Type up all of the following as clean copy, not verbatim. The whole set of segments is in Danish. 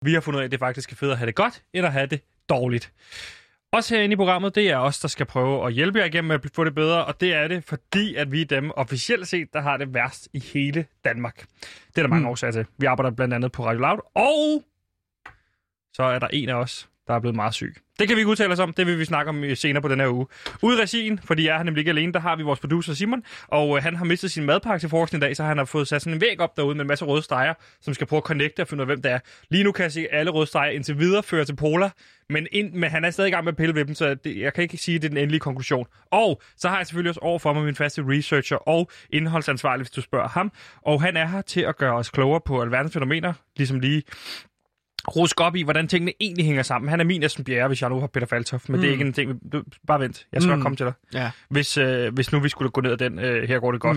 Vi har fundet ud af, at det faktisk er fedt at have det godt, end at have det dårligt. Også herinde i programmet, det er os, der skal prøve at hjælpe jer igennem at få det bedre, og det er det, fordi at vi er dem officielt set, der har det værst i hele Danmark. Det er der mange årsager til. Vi arbejder blandt andet på Radio Loud, og så er der en af os, der er blevet meget syg. Det kan vi ikke udtale os om, det vil vi snakke om senere på den her uge. Ude i regien, fordi jeg er nemlig ikke alene, der har vi vores producer Simon, og han har mistet sin madpakke til frokosten i dag, så han har fået sat sådan en væg op derude med en masse røde streger, som skal prøve at connecte og finde ud af, hvem det er. Lige nu kan jeg se, at alle røde streger indtil videre fører til Polar, men han er stadig i gang med at pille ved dem, så jeg kan ikke sige, at det er den endelige konklusion. Og så har jeg selvfølgelig også overfor mig min faste researcher og indholdsansvarlig, hvis du spørger ham, og han er her til at gøre os klogere på alverdens fænomener, ligesom lige rusk op i, hvordan tingene egentlig hænger sammen. Han er min Esben Bjerre, hvis jeg nu har Peter Faltoft, men det er ikke en ting. Bare vent, jeg skal nok komme til dig. Ja. Hvis nu vi skulle gå ned ad den, her går det godt.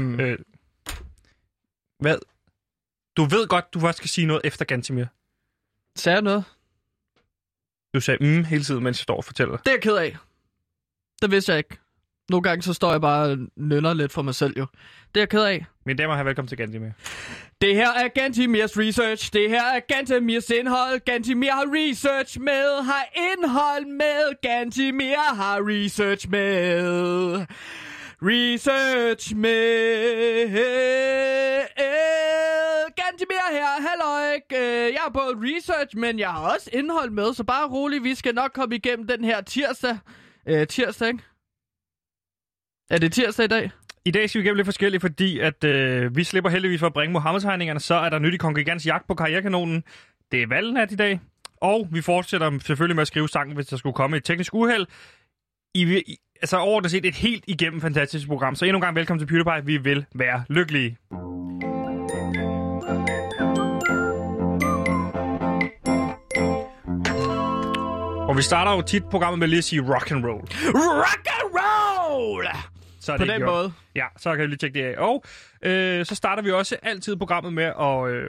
Hvad? Du ved godt, du først skal sige noget efter Gantemir. Sagde jeg noget? Du sagde hele tiden, mens jeg står og fortæller. Det er jeg ked af. Det vidste jeg ikke. Nogle gange så står jeg bare og nynner lidt for mig selv jo. Det er jeg ked af. Mine damer og herrer, velkommen til Gantemir. Det her er Gantemirs research. Det her er Gantemirs indhold. Gantemir har research med. Har indhold med. Gantemir har research med. Research med. Gantemir her. Halløj. Jeg har både research, men jeg har også indhold med. Så bare rolig. Vi skal nok komme igennem den her tirsdag. Tirsdag, ikke? Er det tirsdag i dag? I dag skal vi igennem lidt forskelligt, fordi at vi slipper heldigvis for at bringe Mohammed-tegningerne. Så er der nyt i Kongregants jagt på karrierekanonen. Det er valgnat i dag. Og vi fortsætter selvfølgelig med at skrive sangen, hvis der skulle komme et teknisk uheld. Altså overordnet set et helt igennem fantastisk program. Så endnu en gang velkommen til PewDiePie. Vi vil være lykkelige. Og vi starter jo tit programmet med lige at sige rock and roll. Rock and roll! Så er på det den gjort. måde. Ja, så kan vi lige tjekke det af. Og så starter vi også altid programmet med at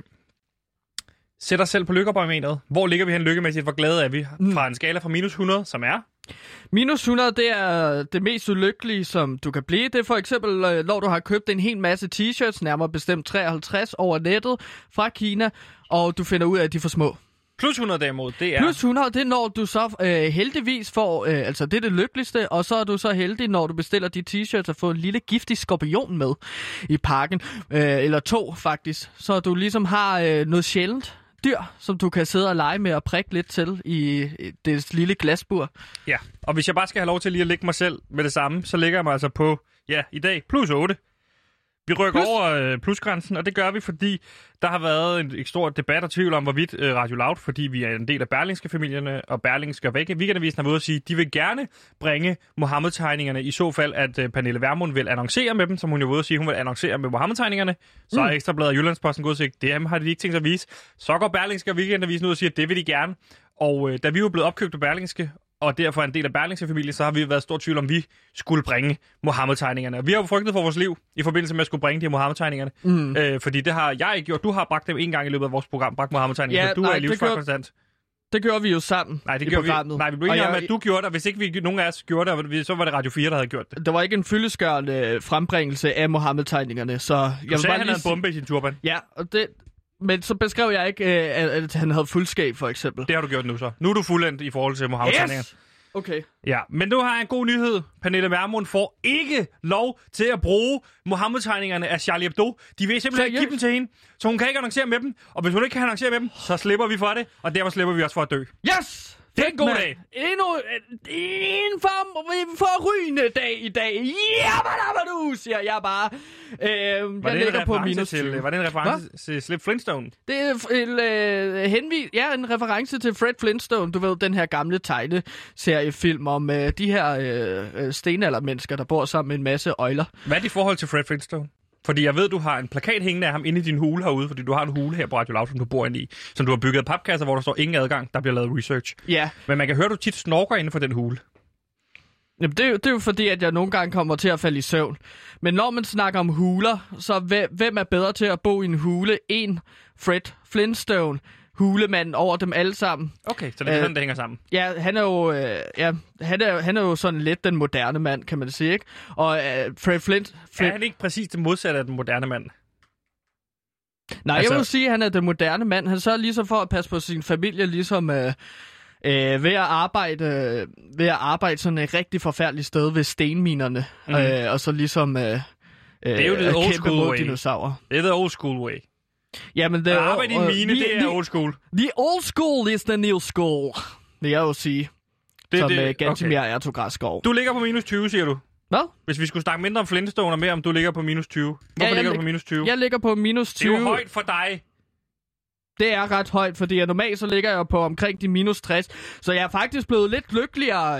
sætte os selv på lykkebarometeret. Hvor ligger vi hen lykkemæssigt? Hvor glade er vi? Fra en skala fra minus 100, som er? Minus 100, det er det mest ulykkelige, som du kan blive. Det er for eksempel, når du har købt en hel masse t-shirts, nærmere bestemt 53 over nettet fra Kina, og du finder ud af, at de er for små. Plus 100 derimod, det er... Plus 100, det er når du så heldigvis får, altså det er det lykkeligste, og så er du så heldig, når du bestiller de t-shirts og får en lille giftig skorpion med i pakken, eller 2 faktisk, så du ligesom har noget sjældent dyr, som du kan sidde og lege med og prikke lidt til i det lille glasbur. Ja, og hvis jeg bare skal have lov til lige at lægge mig selv med det samme, så ligger jeg mig altså på, i dag, plus 8. Vi rykker over plusgrænsen, og det gør vi, fordi der har været en stor debat og tvivl om, hvorvidt Radio Loud, fordi vi er en del af Berlingske-familierne, og Berlingske og Weekendavisen har været ude at sige, at de vil gerne bringe Mohammed-tegningerne i så fald, at Pernille Vermund vil annoncere med dem, som hun jo ved at sige, hun vil annoncere med Mohammed-tegningerne. Så er Ekstrabladet og Jyllandsposten gået og sagt, det har de ikke tænkt sig at vise. Så går Berlingske og Weekendavisen ud og siger, at det vil de gerne. Og da vi jo blevet opkøbt af Berlingske, og derfor en del af Berlingske-familien, så har vi været stor tvivl om, vi skulle bringe Mohammed-tegningerne. Og vi har jo frygtet for vores liv i forbindelse med at skulle bringe de her Mohammed-tegningerne. Fordi det har jeg ikke gjort. Du har bragt dem en gang i løbet af vores program, bragt Mohammed-tegningerne. Ja, du er livsfart konstant. Det gjorde vi jo sammen i programmet. Vi blev enige om, at du gjorde det, og hvis ikke nogen af os gjorde det, så var det Radio 4, der havde gjort det. Der var ikke en fyldestgørende frembringelse af Mohammed-tegningerne, så... Du sagde, han havde en bombe i sin turban. Ja, og det... Men så beskrev jeg ikke, at han havde fuldskab, for eksempel. Det har du gjort nu så. Nu er du fuldendt i forhold til Mohammed-tegningerne. Yes! Okay. Ja, men nu har jeg en god nyhed. Pernille Vermund får ikke lov til at bruge Mohammed-tegningerne af Charlie Hebdo. De vil simpelthen ikke give dem til hende, så hun kan ikke annoncere med dem. Og hvis hun ikke kan annoncere med dem, så slipper vi for det, og derfor slipper vi også for at dø. Yes! Det er en god dag. Endnu en forrygende dag i dag. Du siger jeg bare. Jeg ligger på minus 20. Var det en reference til Slip Flintstone? Det er en reference til Fred Flintstone. Du ved, den her gamle tegneseriefilm om de her stenaldermennesker, der bor sammen med en masse øgler. Hvad er dit forhold til Fred Flintstone? Fordi jeg ved, du har en plakat hængende af ham inde i din hule herude, fordi du har en hule her på Radio Loud, som du bor inde i, som du har bygget papkasser, hvor der står ingen adgang, der bliver lavet research. Ja. Men man kan høre, at du tit snorker inden for den hule. Jamen, det er jo fordi, at jeg nogle gange kommer til at falde i søvn. Men når man snakker om huler, så hvem er bedre til at bo i en hule end Fred Flintstone? Hulemanden over dem alle sammen. Okay, så det er sådan, det hænger sammen. Ja, han er jo sådan lidt den moderne mand, kan man sige, ikke? Og Fred er han ikke præcis det modsatte af den moderne mand? Nej, jeg vil sige, at han er den moderne mand. Han sørger ligesom for at passe på sin familie, ligesom ved at arbejde sådan et rigtig forfærdeligt sted ved stenminerne. Og så ligesom det er jo det old school way. Dinosaurer. Det er the old school way. Jamen, at arbejde i en mine, det er old school. The old school is the new school, vil jeg jo sige. Som Gantemir Ertugras-skov. Du ligger på minus 20, siger du? Hvad? Hvis vi skulle snakke mindre om Flintstone og mere om, du ligger på minus 20. Hvorfor ligger du på minus 20? Jeg ligger på minus 20. Det er jo højt for dig. Det er ret højt, fordi normalt så ligger jeg på omkring de minus 60. Så jeg er faktisk blevet lidt lykkeligere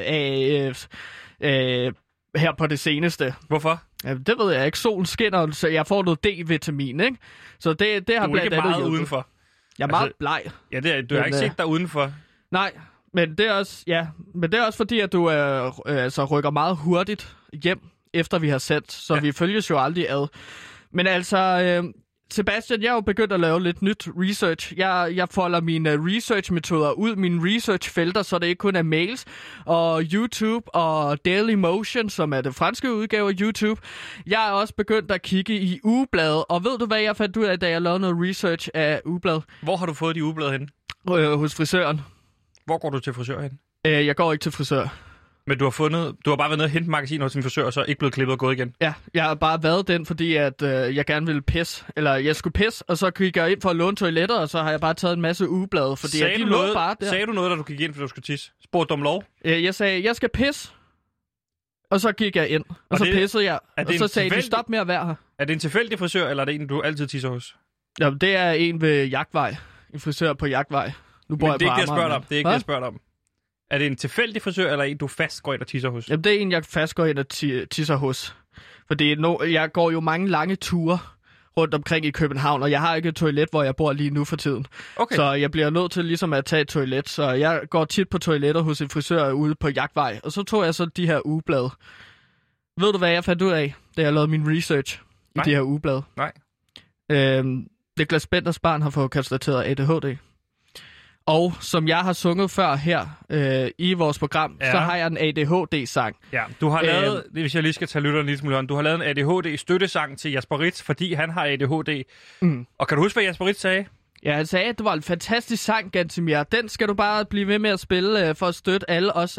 her på det seneste. Hvorfor? Ja, det ved jeg ikke. Solen skinner, så jeg får noget D-vitamin, ikke? Så det har blandt andet... Du er ikke meget udenfor. Jeg er meget bleg. Ja, du har ikke set dig udenfor. Nej, men det er også fordi, at du rykker meget hurtigt hjem, efter vi har sendt, så vi følges jo aldrig ad. Men altså, Sebastian, jeg har jo begyndt at lave lidt nyt research. Jeg folder mine research-metoder ud, mine research-felter, så det ikke kun er mails og YouTube og Dailymotion, som er det franske udgave af YouTube. Jeg er også begyndt at kigge i ugebladet, og ved du hvad jeg fandt ud af, da jeg lavede noget research af ugebladet? Hvor har du fået de ugeblade henne? Hos frisøren. Hvor går du til frisør hen? Jeg går ikke til frisør. Men du har bare været nede og hente magasiner hos din frisør, og så ikke blevet klippet og gået igen? Ja, jeg har bare været den, fordi at jeg gerne ville pisse. Eller jeg skulle pisse, og så gik jeg ind for at låne toiletter, og så har jeg bare taget en masse ugeblade, fordi de lå bare der. Sagde du noget, da du gik ind, fordi du skulle tisse? Spurgte du om lov? Jeg sagde, jeg skal pisse. Og så gik jeg ind, og så pissede jeg. Og så sagde de, stop med at være her. Er det en tilfældig frisør, eller er det en, du altid tisser hos? Ja, det er en ved Jagtvej. En frisør på Jagtvej. Nu bor jeg på Amager. Det er ikke det, jeg spørger om. Er det en tilfældig frisør, eller en, du fast går ind og tisser hos? Jamen, det er en, jeg fast går ind og tisser hos. Fordi jeg går jo mange lange ture rundt omkring i København, og jeg har ikke et toilet, hvor jeg bor lige nu for tiden. Okay. Så jeg bliver nødt til ligesom at tage et toilet, så jeg går tit på toiletter hos en frisør ude på Jagtvej. Og så tog jeg så de her ugeblade. Ved du, hvad jeg fandt ud af, da jeg lavede min research i de her ugeblade? Nej. Niklas Benders barn har fået konstateret ADHD. Og som jeg har sunget før her i vores program, så har jeg en ADHD-sang. Ja, du har lavet, hvis jeg lige skal tage lytteren lidt smule, du har lavet en ADHD-støttesang til Jasper Ritz, fordi han har ADHD. Og kan du huske, hvad Jasper Ritz sagde? Ja, han sagde, at det var en fantastisk sang, Gantemir. Den skal du bare blive ved med at spille for at støtte alle os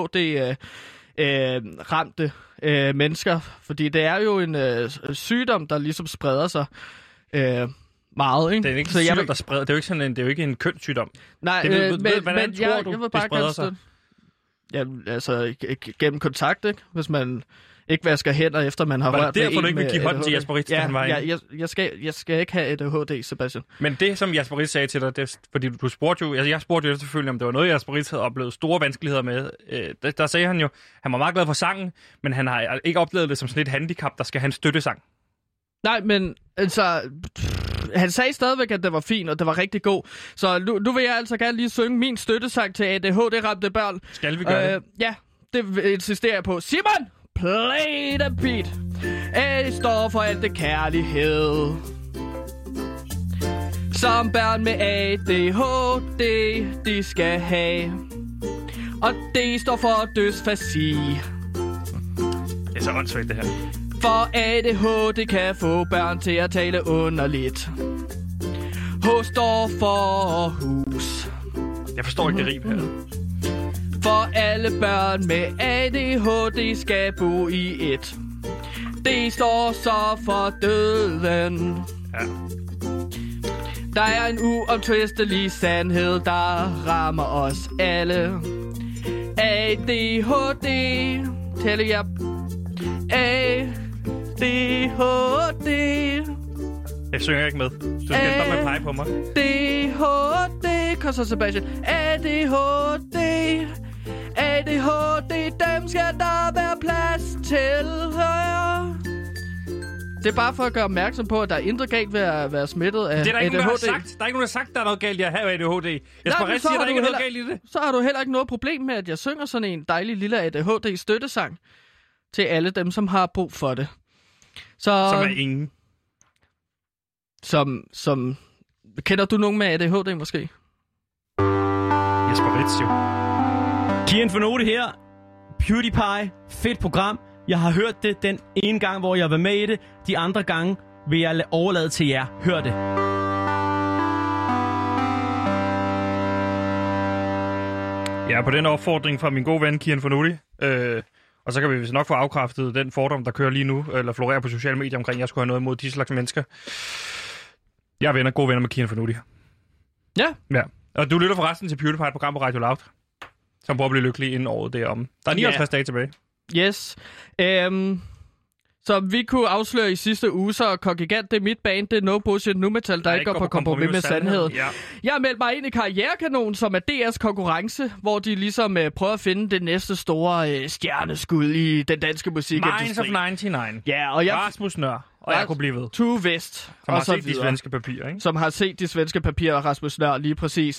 ADHD-ramte mennesker. Fordi det er jo en sygdom, der ligesom spreder sig meget, ikke? Det er ikke en sygdom, der spreder. Det er jo ikke sådan det er jo ikke en kønssygdom. Nej, men jeg vil bare gerne støtte. Ja, altså gennem kontakt, ikke? Hvis man ikke vasker hænder, efter man har rørt ved en. Var det derfor, du ikke vil give hånd til Jasper Ritz, han var inde? Jeg skal ikke have ADHD, Sebastian. Men det, som Jasper Ritz sagde til dig, det, fordi du spurgte jo, altså jeg spurgte jo efterfølgende, om det var noget, Jasper Ritz havde oplevet store vanskeligheder med. Der sagde han jo, han var meget glad for sangen, men han har ikke oplevet det som sådan et handicap, der skal have en støttesang. Nej, men altså, han sagde stadigvæk, at det var fint, og det var rigtig god. Så nu vil jeg altså gerne lige synge min støttesang til ADHD-ramte børn. Skal vi gøre det? Ja, det insisterer jeg på. Simon, play the beat. A står for alt det kærlighed, som børn med ADHD, de skal have. Og D står for dysfasi. Det er så åndssvagt, det her. For ADHD kan få børn til at tale underligt. H står for hus. Jeg forstår ikke det rim her. For alle børn med ADHD skal bo i et. D står så for døden. Ja. Der er en uomtvistelig sandhed, der rammer os alle. ADHD. Tæller jeg. ADHD. Jeg synger ikke med. Du skal stoppe med at pege på mig. ADHD. Kom så, Sebastian. ADHD. ADHD. Dem skal der være plads til. Det er bare for at gøre opmærksom på, at der er intet galt ved at være smittet af ADHD. Det er der ikke nogen, der har sagt. Der er ikke nogen, der har sagt, at der er noget galt i at have ADHD. Jesper Ritz siger, der ikke er noget galt i det. Så har du heller ikke noget problem med, at jeg synger sådan en dejlig lille ADHD-støttesang til alle dem, som har brug for det. Som er ingen. Som kender du nogen med ADHD måske? Jesper Ritz jo. Kian Fornote her. PewDiePie. Fedt program. Jeg har hørt det den ene gang, hvor jeg var med i det. De andre gange, vil jeg overlade til jer. Hør det. Ja, på den opfordring fra min gode ven, Kian Fornuti. Og så kan vi nok få afkræftet den fordom, der kører lige nu, eller florerer på sociale medier omkring, at jeg skulle have noget imod de slags mennesker. Jeg er gode venner med Kian Fornuti. Ja. Og du lytter forresten til PewDiePie, et program på Radio Loud, som prøver at blive lykkelig inden året deromme. Der er 59 dage tilbage. Yes. Så vi kunne afsløre i sidste uge, så Kongigant, det er mit band, det er No Bullshit Nu Metal, der ikke går på kompromis med sandheden. Ja. Jeg har meldt mig ind i Karrierekanonen, som er DR's konkurrence, hvor de ligesom prøver at finde det næste store stjerneskud i den danske musikindustri. Minds of 99. Ja, og jeg... Rasmus Nør, og jeg kunne blive ved. Tue Vest. Som har set de svenske papirer, ikke? Som har set de svenske papirer, Rasmus Nør, lige præcis.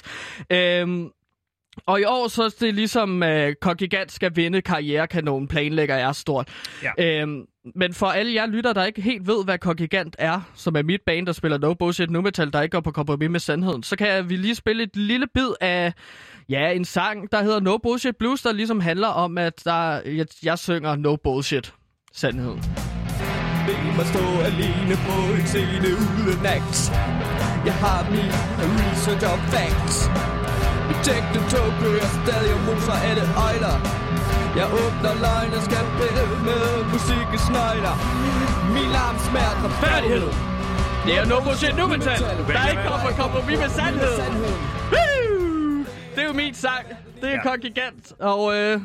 Og i år så er det ligesom, Kongigant skal vinde Karrierekanonen, planlægger jeg stort. Ja. Men for alle jer lytter, der ikke helt ved, hvad Kongigant er, som er mit band, der spiller No Bullshit Nu Metal, der ikke går på kompromis med sandheden, så kan vi lige spille et lille bid af en sang, der hedder No Bullshit Blues, der ligesom handler om, at jeg synger No Bullshit sandheden. Hvem at stå alene på en scene uden acts? Jeg har min research og facts. Mit techno-tog kører stadig og moser alle øjler. Jeg åbner løgn og skal pille med musikkens nøgler. Min larm smerter retfærdighed. Det er No Bullshit Nu Metal, der ikke kommer på kompromis med sandheden. Det er jo min sang. Det er Kongigant. Og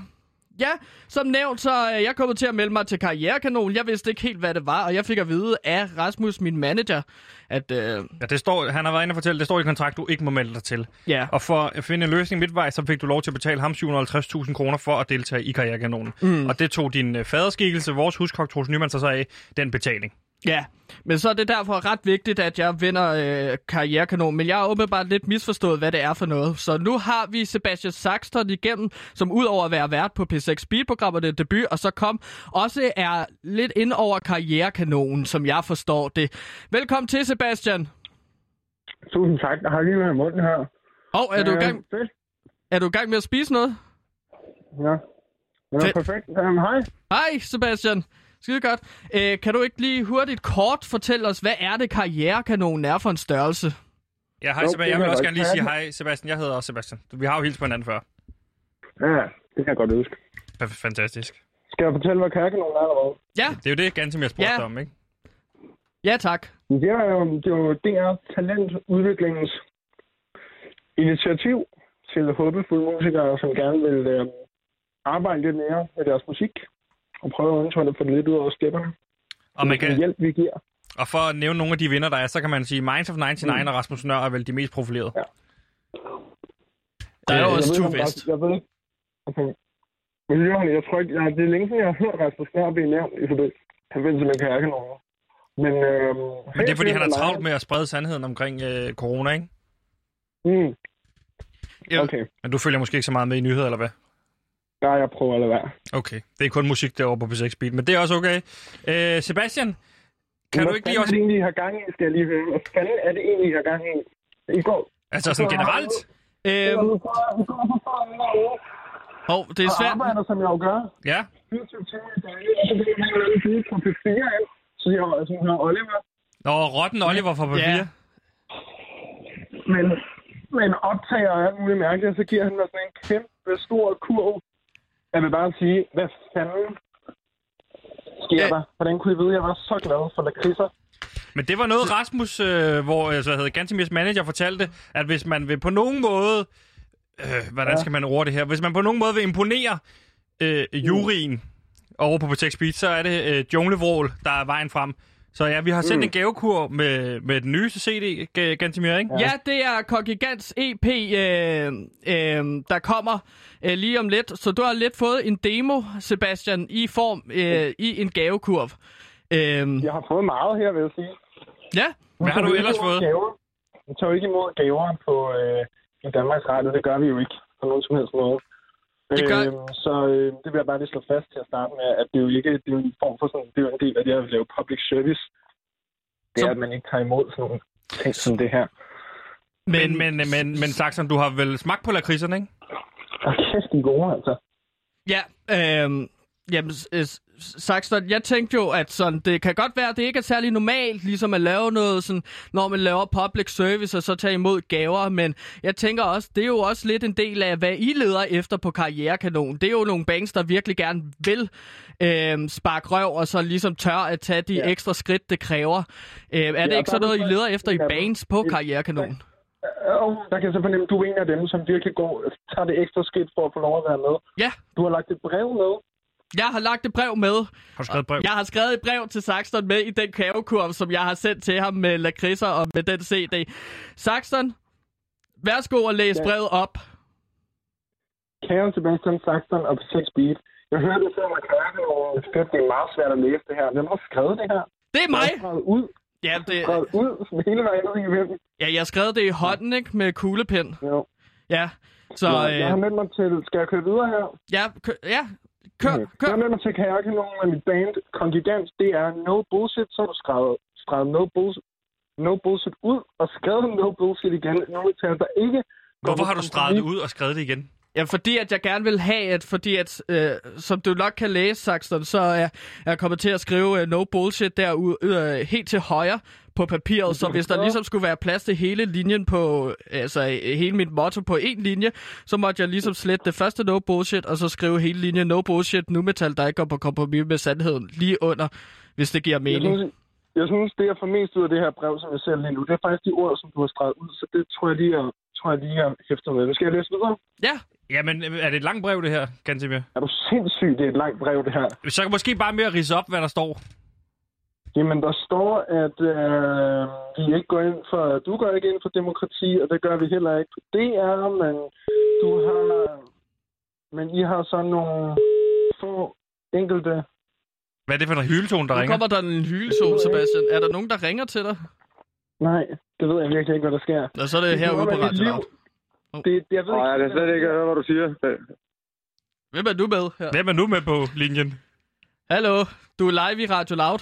som nævnt, så er jeg kommet til at melde mig til Karrierekanonen. Jeg vidste ikke helt, hvad det var, og jeg fik at vide af Rasmus, min manager, at... Ja, det står, han har været inde og fortælle, det står i kontrakt, du ikke må melde dig til. Ja. Og for at finde en løsning midtvejs, så fik du lov til at betale ham 750.000 kroner for at deltage i Karrierekanonen. Og det tog din faderskikkelse, vores huskok, Troels Nyman, så af den betaling. Ja, men så er det derfor ret vigtigt, at jeg vinder Karrierekanonen. Men jeg har åbenbart lidt misforstået, hvad det er for noget. Så nu har vi Sebastian Saxton igennem, som udover at være vært på P6 Speed-programmet, det debut, og så også er lidt ind over Karrierekanonen, som jeg forstår det. Velkommen til, Sebastian. Tusind tak. Jeg har lige været i munden her. Er du i gang med at spise noget? Ja. Det er perfekt. Hej. Hej, Sebastian. Skide godt. Kan du ikke lige hurtigt kort fortælle os, hvad er det Karrierekanonen er for en størrelse? Ja, hej Sebastian. Jeg vil også gerne lige sige hej, Sebastian. Jeg hedder også Sebastian. Vi har jo hilst på hinanden før. Ja, det kan jeg godt huske. Fantastisk. Skal jeg fortælle, hvad Karrierekanonen er, eller hvad? Ja. Det er jo det, Gantemir spurgte om, ikke? Ja, tak. Det er jo DR Talentudviklingens initiativ til håbefulde musikere, som gerne vil arbejde lidt mere med deres musik. Og prøve at få det lidt ud over stepperne. Og man kan... hjælp, vi giver. Og for at nævne nogle af de vinder, der er, så kan man sige, Minds of 99 og Rasmus Nør er vel de mest profilerede. Ja. Der er jo også Tue Vest. Jeg ved ikke. Okay. Jeg tror ikke, det er længe siden, jeg har hørt Rasmus Nør blive nævnt i forbindelse med Karrierekanonen. Men det er fordi, han er travlt med at sprede sandheden omkring corona, ikke? Okay. Men du følger måske ikke så meget med i nyheder, eller hvad? Ja, jeg prøver at lade være. Okay, det er kun musik derovre på P6 Beat, men det er også okay. Sebastian, kan du ikke lige også... Hvad er det egentlig, I har gang i, skal jeg lige høre? Hvad fanden er det egentlig, I har gang i? I går. Altså sådan generelt? Det er svært. Jeg arbejder, som jeg jo gør. Ja. 24 timer i døgnet, og så bliver man en eller anden på P4 ind. Så jeg har Oliver. Rotten Oliver fra P4. Ja. Men optager og alt muligt mærkeligt, så giver han mig sådan en kæmpe stor kurv. Jeg vil bare sige, hvad fanden sker der? Hvordan kunne I vide, at jeg var så glad for lakridser? Men det var noget, Rasmus, Gantemirs manager, fortalte, at hvis man vil på nogen måde... hvordan skal man ord det her? Hvis man på nogen måde vil imponere juryen over på P6 Beat, så er det Junglevrål, der er vejen frem. Så ja, vi har sendt en gavekur med den nyeste CD, Gantemir, ikke? Ja, det er Kongigants EP, der kommer lige om lidt. Så du har lidt fået en demo, Sebastian, i form i en gavekurv. Jeg har fået meget her, vil jeg sige. Ja. Hvad har du ellers fået? Vi tager jo ikke imod gaver på i Danmarks Radio. Det gør vi jo ikke på nogen som helst måde. Så det vil jeg bare lige slå fast til at starte med, at det er jo ikke det er en form for sådan, det er jo en del af det at lave public service. Det er, at man ikke tager imod sådan nogle ting som det her. Men Saxon, du har vel smagt på lakridserne, ikke? Og kæft, de er gode, altså. Ja, jamen, Saxton, jeg tænkte jo, at sådan, det kan godt være, at det ikke er særlig normalt, ligesom at lave noget sådan, når man laver public service og så tage imod gaver, men jeg tænker også, det er jo også lidt en del af, hvad I leder efter på Karrierekanonen. Det er jo nogle bands, der virkelig gerne vil sparke røv, og så ligesom tør at tage de ekstra skridt, det kræver. Er det ikke sådan noget, I leder efter i bands på Karrierekanonen? Der kan jeg så fornemme, at du er en af dem, som virkelig tager det ekstra skridt for at få lov at være med. Ja. Du har lagt et brev med. Jeg har lagt et brev med. Har du skrevet et brev? Jeg har skrevet et brev til Saxton med i den kavekurv, som jeg har sendt til ham med lakridser og med den CD. Saxton, værsgo at læse brevet op. Kære Sebastian Saxton og 6 Beat. Jeg hørte det før med Karrierekanonen. Det er meget svært at læse det her. Hvem har skrevet det her? Det er mig! Ud. Ja, det... ud hele vejen ud i vinden. Ja, jeg skrev det i hånden, ikke? Med kuglepen. Jo. Ja, så... Jeg har meldt mig til... Skal jeg køre videre her? Ja, kør. Jeg har meldt mig til Karrierekanonen med mit band. Kongigans, det er No Bullshit. Så har du skrevet No Bullshit ud og skrevet No Bullshit igen. Nu tager der ikke... Hvorfor har du streget det ud og skrevet det igen? Ja, fordi at jeg gerne vil have, som du nok kan læse, Saxton, så er jeg kommet til at skrive no bullshit derude helt til højre på papiret, så hvis der ligesom skulle være plads til hele linjen på, altså hele mit motto på en linje, så måtte jeg ligesom slette det første no bullshit, og så skrive hele linjen no bullshit, nu metal, der ikke går på kompromis med sandheden lige under, hvis det giver mening. Jeg synes, det jeg får mest ud af det her brev, som jeg ser lige nu, det er faktisk de ord, som du har streget ud, så det tror jeg lige jeg hæfter med. Skal jeg læse videre? Ja. Jamen, er det et langt brev, det her, Gantemir? Er du sindssygt, det er et langt brev, det her. Så kan måske bare mere ridse op, hvad der står. Jamen, der står, at vi ikke går ind for... Du går ikke ind for demokrati, og det gør vi heller ikke på DR, men du har... Men I har sådan nogle få enkelte... Hvad er det for en hyletone, der ringer? Nu kommer der en hyletone, Sebastian. Er der nogen, der ringer til dig? Nej, det ved jeg virkelig ikke, hvad der sker. Og så er det herude på Radio Loud. Jeg kan slet ikke høre, hvad du siger. Hvem er du med her? Hvem er nu med på linjen? Hallo, du er live i Radio Loud.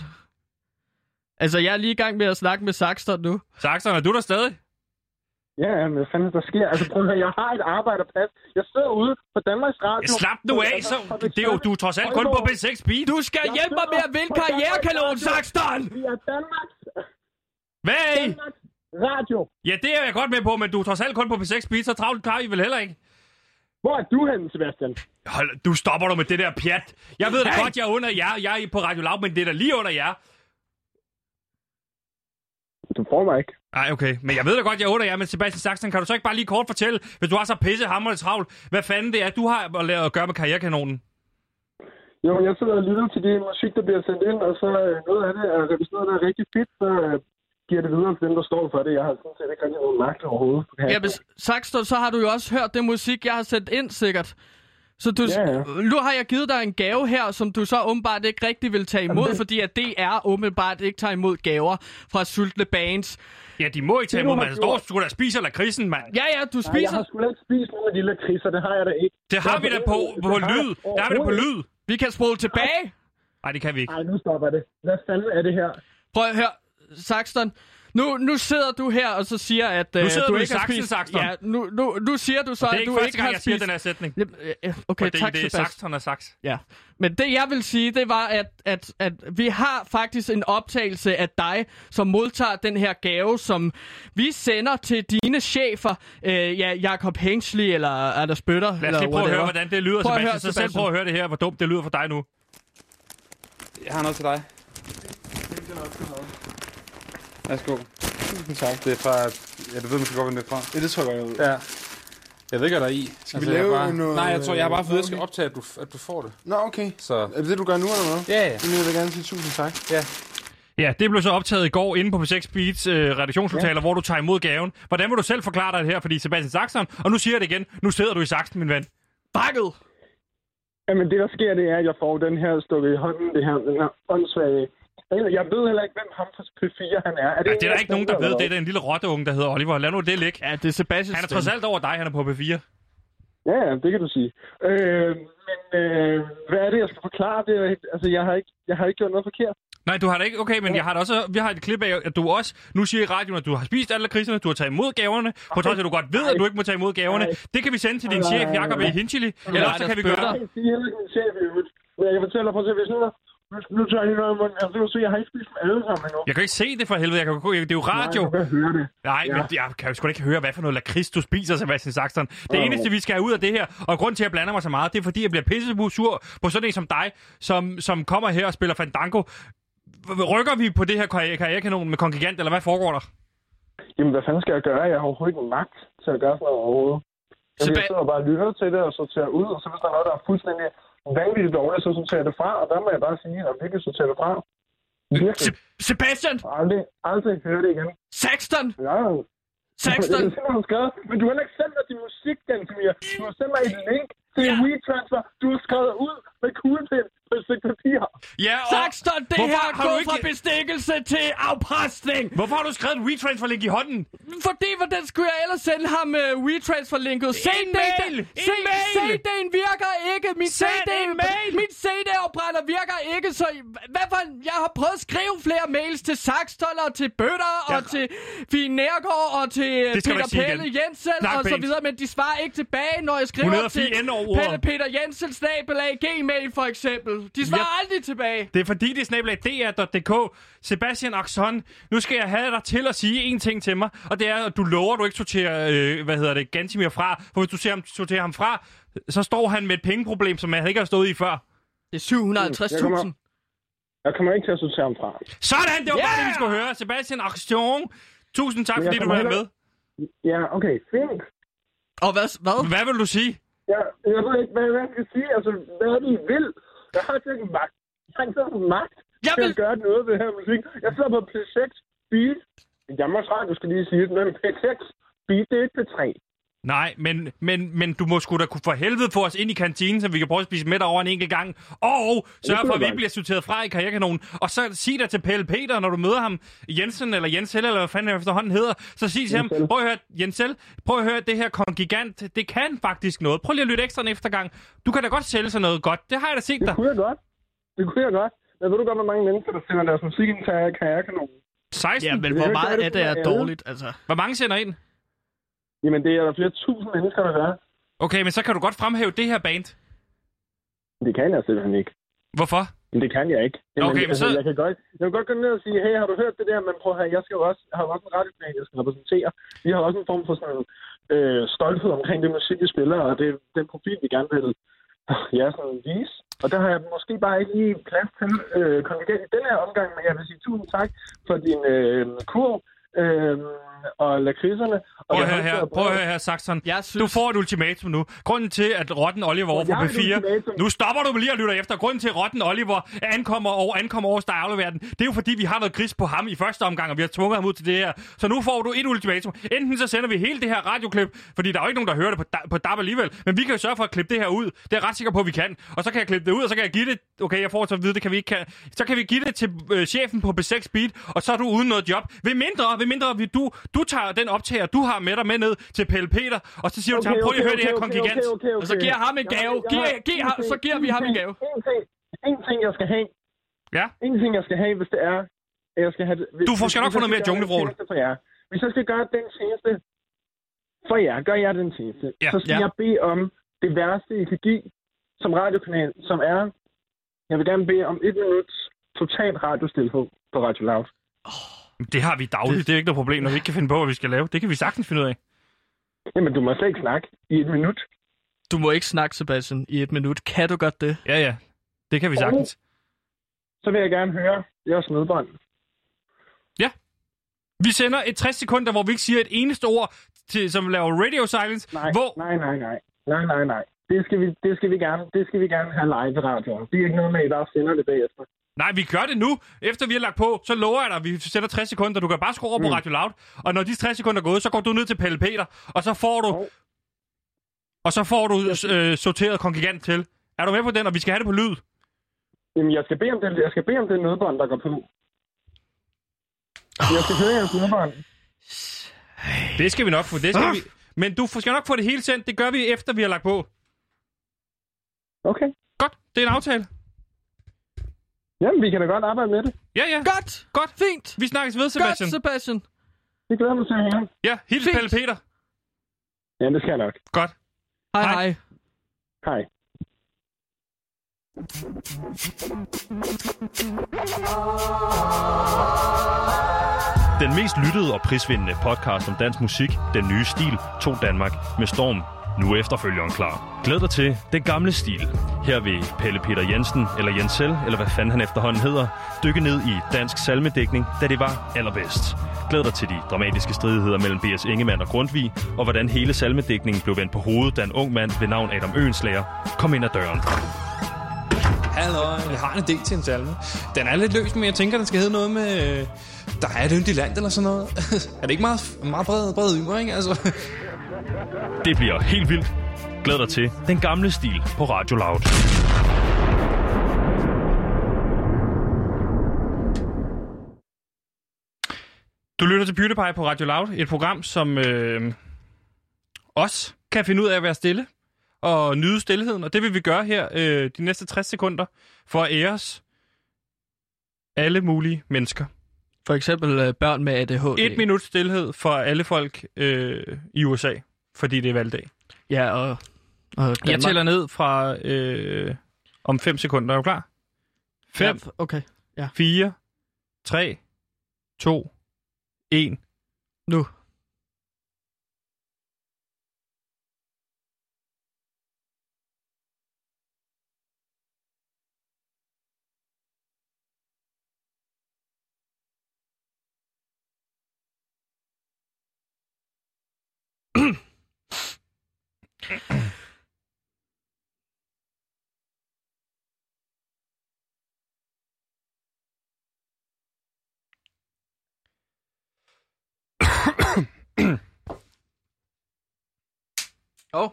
Altså, jeg er lige i gang med at snakke med Saxton nu. Saxton, er du der stadig? Ja, men hvad fanden der sker? Altså, prøv at høre, jeg har et arbejderpas. Jeg sidder ude på Danmarks Radio. Slap nu af, så det er jo, du er trods alt kun på B6 Beat. Du skal hjælpe mig med at vinde Karrierekanonen, Saxton! Vi er Danmarks... Hvad er I? Danmarks Radio. Ja, det er jeg godt med på, men du er trods alt kun på B6 Beat, så travlt har I vel heller ikke? Hvor er du henne, Sebastian? Hold, du stopper du med det der pjat. Jeg ved da godt, jeg er under jer. Jeg er på Radio Loud, men det er da lige under jer. Du får mig ikke. Nej, okay. Men jeg ved da godt, jeg er under jer, men Sebastian Saxton, kan du så ikke bare lige kort fortælle, hvis du har så pissehammerende travlt, hvad fanden det er, du har at gøre med Karrierekanonen? Jo, jeg sidder og lytter til det musik, der bliver sendt ind, og så noget af det er, hvis noget er rigtig fedt, så giver det videre til dem, der står for det. Jeg har sådan set ikke rigtig nogen magt overhovedet. Ja, men Saxton, så har du jo også hørt det musik, jeg har sendt ind, sikkert. Så nu har jeg givet dig en gave her, som du så åbenbart ikke rigtig vil tage imod, fordi at DR åbenbart ikke tager imod gaver fra sultne bands. Ja, de må ikke tage imod, man står sgu da spiser lakridsen, mand. Ja, du spiser... Nej, jeg har sgu ikke spist nogen af de lakridser, det har jeg da ikke. Det har vi da på lyd. Der har vi det på lyd. Vi kan spole tilbage. Nej, det kan vi ikke. Nej, nu stopper det. Hvad fanden er det her? Prøv at høre, Saxton. Nu sidder du her og så siger, at nu sidder du ikke har spist... Saxton. Ja, nu siger du så, at du ikke har spist... Det er ikke første gang, jeg siger den her sætning. Okay, tak, det er Saxton og Sax. Ja, men det jeg vil sige, det var, at vi har faktisk en optagelse af dig, som modtager den her gave, som vi sender til dine chefer, Jakob Hengsley eller Anders Bøtter. Lad os lige prøve at høre, hvordan det lyder, Sebastian. Så selv prøv at høre det her, hvor dumt det lyder for dig nu. Jeg har noget til dig. Værsgo. Tusind tak. Det er fra... Ja, du ved måske godt, hvem det er fra. Ja, det tror jeg godt. Ja. Jeg ved ikke, hvad der er i. Skal vi lave noget... Nej, jeg har bare fået, at jeg skal optage, at du får det. Nå, okay. Så... Er det det, du gør nu, eller hvad? Ja. Det vil jeg gerne sige tusind tak. Ja. Ja, det blev så optaget i går inde på P6 Beats redaktionslokaler, hvor du tager imod gaven. Hvordan vil du selv forklare dig det her? Fordi Sebastian Saxton, og nu siger jeg det igen, nu sidder du i saksen, min ven. Bakket! Jamen, det der sker, det er, at jeg får den her stukket i hånden, den her åndssvage... Jeg ved heller ikke, hvem ham fra P4 han er. Det er der ikke nogen, der ved. Det er en lille rotteunge, der hedder Oliver. Lad nu det ligge. Ja, det er Sebastian. Han er trods alt over dig, han er på P4. Ja, det kan du sige. Men hvad er det, jeg skal forklare? Det altså, jeg har ikke gjort noget forkert. Nej, du har det ikke. Okay, men jeg har det også, vi har et klip af, at du også nu siger i radioen, at du har spist alle kriserne, du har taget imod gaverne, på trods af, at du godt ved, at du ikke må tage imod gaverne. Det kan vi sende til din chef, Jakob Hengsley, eller så kan vi gøre det. Jeg kan sige heller ikke min chef i øvrigt. Men jeg kan fortælle dig, hvis nu Nu tager jeg lige noget i munden. Altså, du kan se, jeg har ikke spist dem alle sammen endnu. Jeg kan ikke se det for helvede. Det er jo radio. Nej, du kan høre det. Nej, men jeg kan jo sgu da ikke høre, hvad for noget lakrids du spiser, Sebastian Saxton. Det eneste, vi skal have ud af det her, og grund til, at jeg blander mig så meget, det er, fordi jeg bliver pissebusur på sådan en som dig, som kommer her og spiller Fandango. Rykker vi på det her karrierekanon med Kongigant, eller hvad foregår der? Jamen, hvad fanden skal jeg gøre? Jeg har overhovedet ikke magt til at gøre sådan noget overhovedet. Jeg sidder bare og lytter til det, og sorterer ud, og så hvis der er noget, der er fuldstændig vanvittigt dårligt, så sorterer det fra, og der må jeg bare sige, at virkelig sorterer det fra. Virkelig. Sebastian! Aldrig høre det igen. Saxton! Ja, Saxton! Det er simpelthen skrevet, men du har ikke sendt mig din musik, Gantemir. Du har sendt mig et link til en WeTransfer. Du har skrevet ud med kuglepen på et stykke papir. Ja, og Saxton, det her går fra bestikkelse til afpresning! Hvorfor har du skrevet et WeTransfer-link i hånden? Fordi, hvordan skulle jeg ellers sende ham WeTransfer-linket? CD'en virker ikke! Min CD-opbrænder virker ikke, så jeg har prøvet at skrive flere mails til Saxton og til Bøtter og til Fie Nærgaard og til Peter Pelle Jensen og så videre, men de svarer ikke tilbage, når jeg skriver til Pelle Peter Jensen @gmail for eksempel. De svarer aldrig tilbage. Det er fordi, det er @dr.dk. Sebastian Axon, nu skal jeg have dig til at sige en ting til mig, og det er, at du lover, at du ikke sorterer, Gantemir fra. For hvis du sorterer ham fra, så står han med et pengeproblem, som jeg ikke har stået i før. Det er 750.000. Jeg kommer ikke til at sortere ham fra. Sådan, det var bare det, vi skulle høre. Sebastian Axon, tusind tak, fordi du var med. Ja, okay, fint. Og hvad? Hvad vil du sige? Ja, jeg ved ikke, hvad jeg skal sige. Altså, hvad er det, I vil? Jeg har ikke magt. Jeg har ikke magt til at gøre noget ved det her musik. Jeg sidder på P6 Beat. Danmarks Radio skal lige sige det, men P6 Beat, det er ikke P3. Nej, men du må sgu da kunne for helvede få os ind i kantinen, så vi kan prøve at spise med over en enkelt gang. Og sørge for, at vi ikke bliver sorteret fra i karrierekanonen. Og så sig dig til Pelle Peter, når du møder ham, Jensen eller Jensel, eller hvad fanden efterhånden hedder. Så sig til ham, prøv at høre, Jensel, prøv at høre det her Kongigant. Det kan faktisk noget. Prøv lige at lytte ekstra en eftergang. Du kan da godt sælge sig noget godt. Det har jeg da set dig. Det kunne jeg godt. Jeg ved du godt, hvor mange mennesker, der sender deres musik ind til karrierekanonen. 16? Ja, men hvor meget af det er dårligt, altså? Hvor mange sender ind? Jamen, det er der flere tusind mennesker, der gør. Okay, men så kan du godt fremhæve det her band. Det kan jeg simpelthen ikke. Hvorfor? Men det kan jeg ikke. Jamen, okay, men så... Jeg kan godt gå ned og sige, hey, har du hørt det der? Men prøv her, jeg har også en radioplan, jeg skal repræsentere. Vi har også en form for sådan stolthed omkring det musik, vi spiller, og det er den profil, vi gerne vil sådan vise. Og der har jeg måske bare ikke lige plads til Kongigant i den her omgang, men jeg vil sige tusind tak for din kurv. Og lakridserne. Prøv at høre her, Saxon. Du får et ultimatum nu. Grunden til, at Rotten Oliver over fra P4... Nu stopper du lige og lytter efter. Grunden til, at Rotten Oliver ankommer over dig afleverer den, det er jo fordi, vi har noget gris på ham i første omgang, og vi har tvunget ham ud til det her. Så nu får du et ultimatum. Enten så sender vi hele det her radioklip, fordi der er jo ikke nogen, der hører det på DAB alligevel, men vi kan jo sørge for at klippe det her ud. Det er jeg ret sikker på, at vi kan. Og så kan jeg klippe det ud, og så kan jeg give det... Okay, jeg får så at vide, det kan vi ikke. Så kan vi give det til chefen på B6 Beat, og så er du uden noget job. Ved mindre du tager den optager, du har med dig med ned til Pelle Peter, og så siger du til ham, prøv lige at høre det her Kongigant. Og så giver ham en gave. Så giver vi ham en gave. En ting, jeg skal have. Ja? En ting, jeg skal have, hvis det er... Jeg skal have, du skal nok få noget mere junglevrål. Hvis jeg skal gøre den tjeneste for jer, gør jeg den tjeneste. Ja. Så skal jeg bede om det værste, I kan give som radiokanal, som er... Jeg vil gerne bede om 1 minut totalt radiostilhed på Radio Loud. Det har vi dagligt. Det er ikke noget problem, når vi ikke kan finde på, hvad vi skal lave. Det kan vi sagtens finde ud af. Jamen, du må slet ikke snakke i 1 minut. Du må ikke snakke, Sebastian, i 1 minut. Kan du godt det? Ja. Det kan vi sagtens. Så vil jeg gerne høre jeres nødbånd. Ja. Vi sender et 60 sekunder, hvor vi ikke siger et eneste ord, som laver radio silence. Nej. Det skal vi gerne have live i radioen. Det er ikke noget med, at I bare sender det bagefter. Nej, vi gør det nu. Efter vi har lagt på, så lover jeg dig, at vi sætter 60 sekunder. Du kan bare skrue over på Radio Loud. Og når de 60 sekunder er gået, så går du ned til Pelle Peter, og så får du... Og så får du sorteret Kongigant til. Er du med på den, og vi skal have det på lyd? Jamen, jeg skal bede om det nødbånd, der går på. Jeg skal høre jeres nødbånd. Det skal vi nok få. Men du skal nok få det hele sendt. Det gør vi efter, vi har lagt på. Okay. Godt. Det er en aftale. Jamen, vi kan da godt arbejde med det. Ja. Godt. Fint. Vi snakkes ved, Sebastian. Godt, Sebastian. Det glæder mig til at høre. Ja, hils Pelle Peter. Ja, det skal jeg nok. Godt. Hej. Hej. Den mest lyttede og prisvindende podcast om dansk musik, Den Nye Stil, tog Danmark med storm. Nu er efterfølgeren klar. Glæd dig til Den Gamle Stil. Her vil Pelle Peter Jensen, eller Jensel, eller hvad fanden han efterhånden hedder, dykke ned i dansk salmedækning, da det var allerbedst. Glæd dig til de dramatiske stridigheder mellem B.S. Ingemann og Grundtvig, og hvordan hele salmedækningen blev vendt på hovedet, da en ung mand ved navn Adam Øenslager kom ind ad døren. Hallo, jeg har en idé til en salme. Den er lidt løs, men jeg tænker, den skal hedde noget med... der er et yndigt land eller sådan noget. Er det ikke meget bred ymer, ikke? Altså... Det bliver helt vildt. Glæd dig til Den Gamle Stil på Radio Loud. Du lytter til PewDiePie på Radio Loud, et program, som os kan finde ud af at være stille og nyde stillheden. Og det vil vi gøre her de næste 60 sekunder for at ære os alle mulige mennesker. For eksempel børn med ADHD. 1 minut stillhed for alle folk i USA, fordi det er valgdag. Ja, og jeg tæller ned fra om 5 sekunder. Er du klar? 5, ja, okay. Ja. 4, 3, 2, 1. Nu. Oh.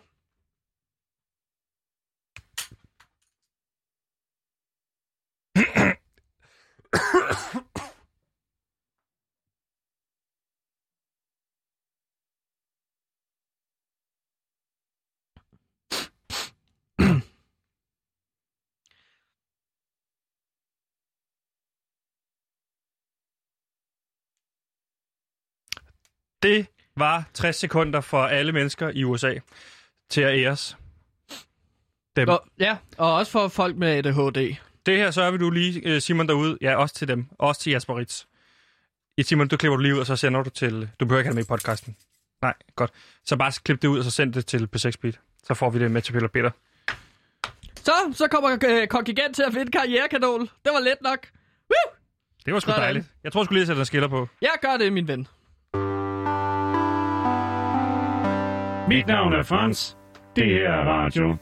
Det var 60 sekunder for alle mennesker i USA til at æres dem. Ja, og også for folk med ADHD. Det her sørger vi du lige, Simon, derude. Ja, også til dem. Også til Jasper Ritz. Simon, du klipper du lige ud, og så sender du til... Du behøver ikke have det med i podcasten. Nej, godt. Så bare klip det ud, og så send det til P6 Beat. Så får vi det med til Peter Peter. Så kommer Kongigant til at finde karrierekanol. Det var let nok. Woo! Det var sgu dejligt. Jeg tror sgu lige, at sætte en skiller på. Jeg gør det, min ven. Mit navn er Frans. Det her er radio.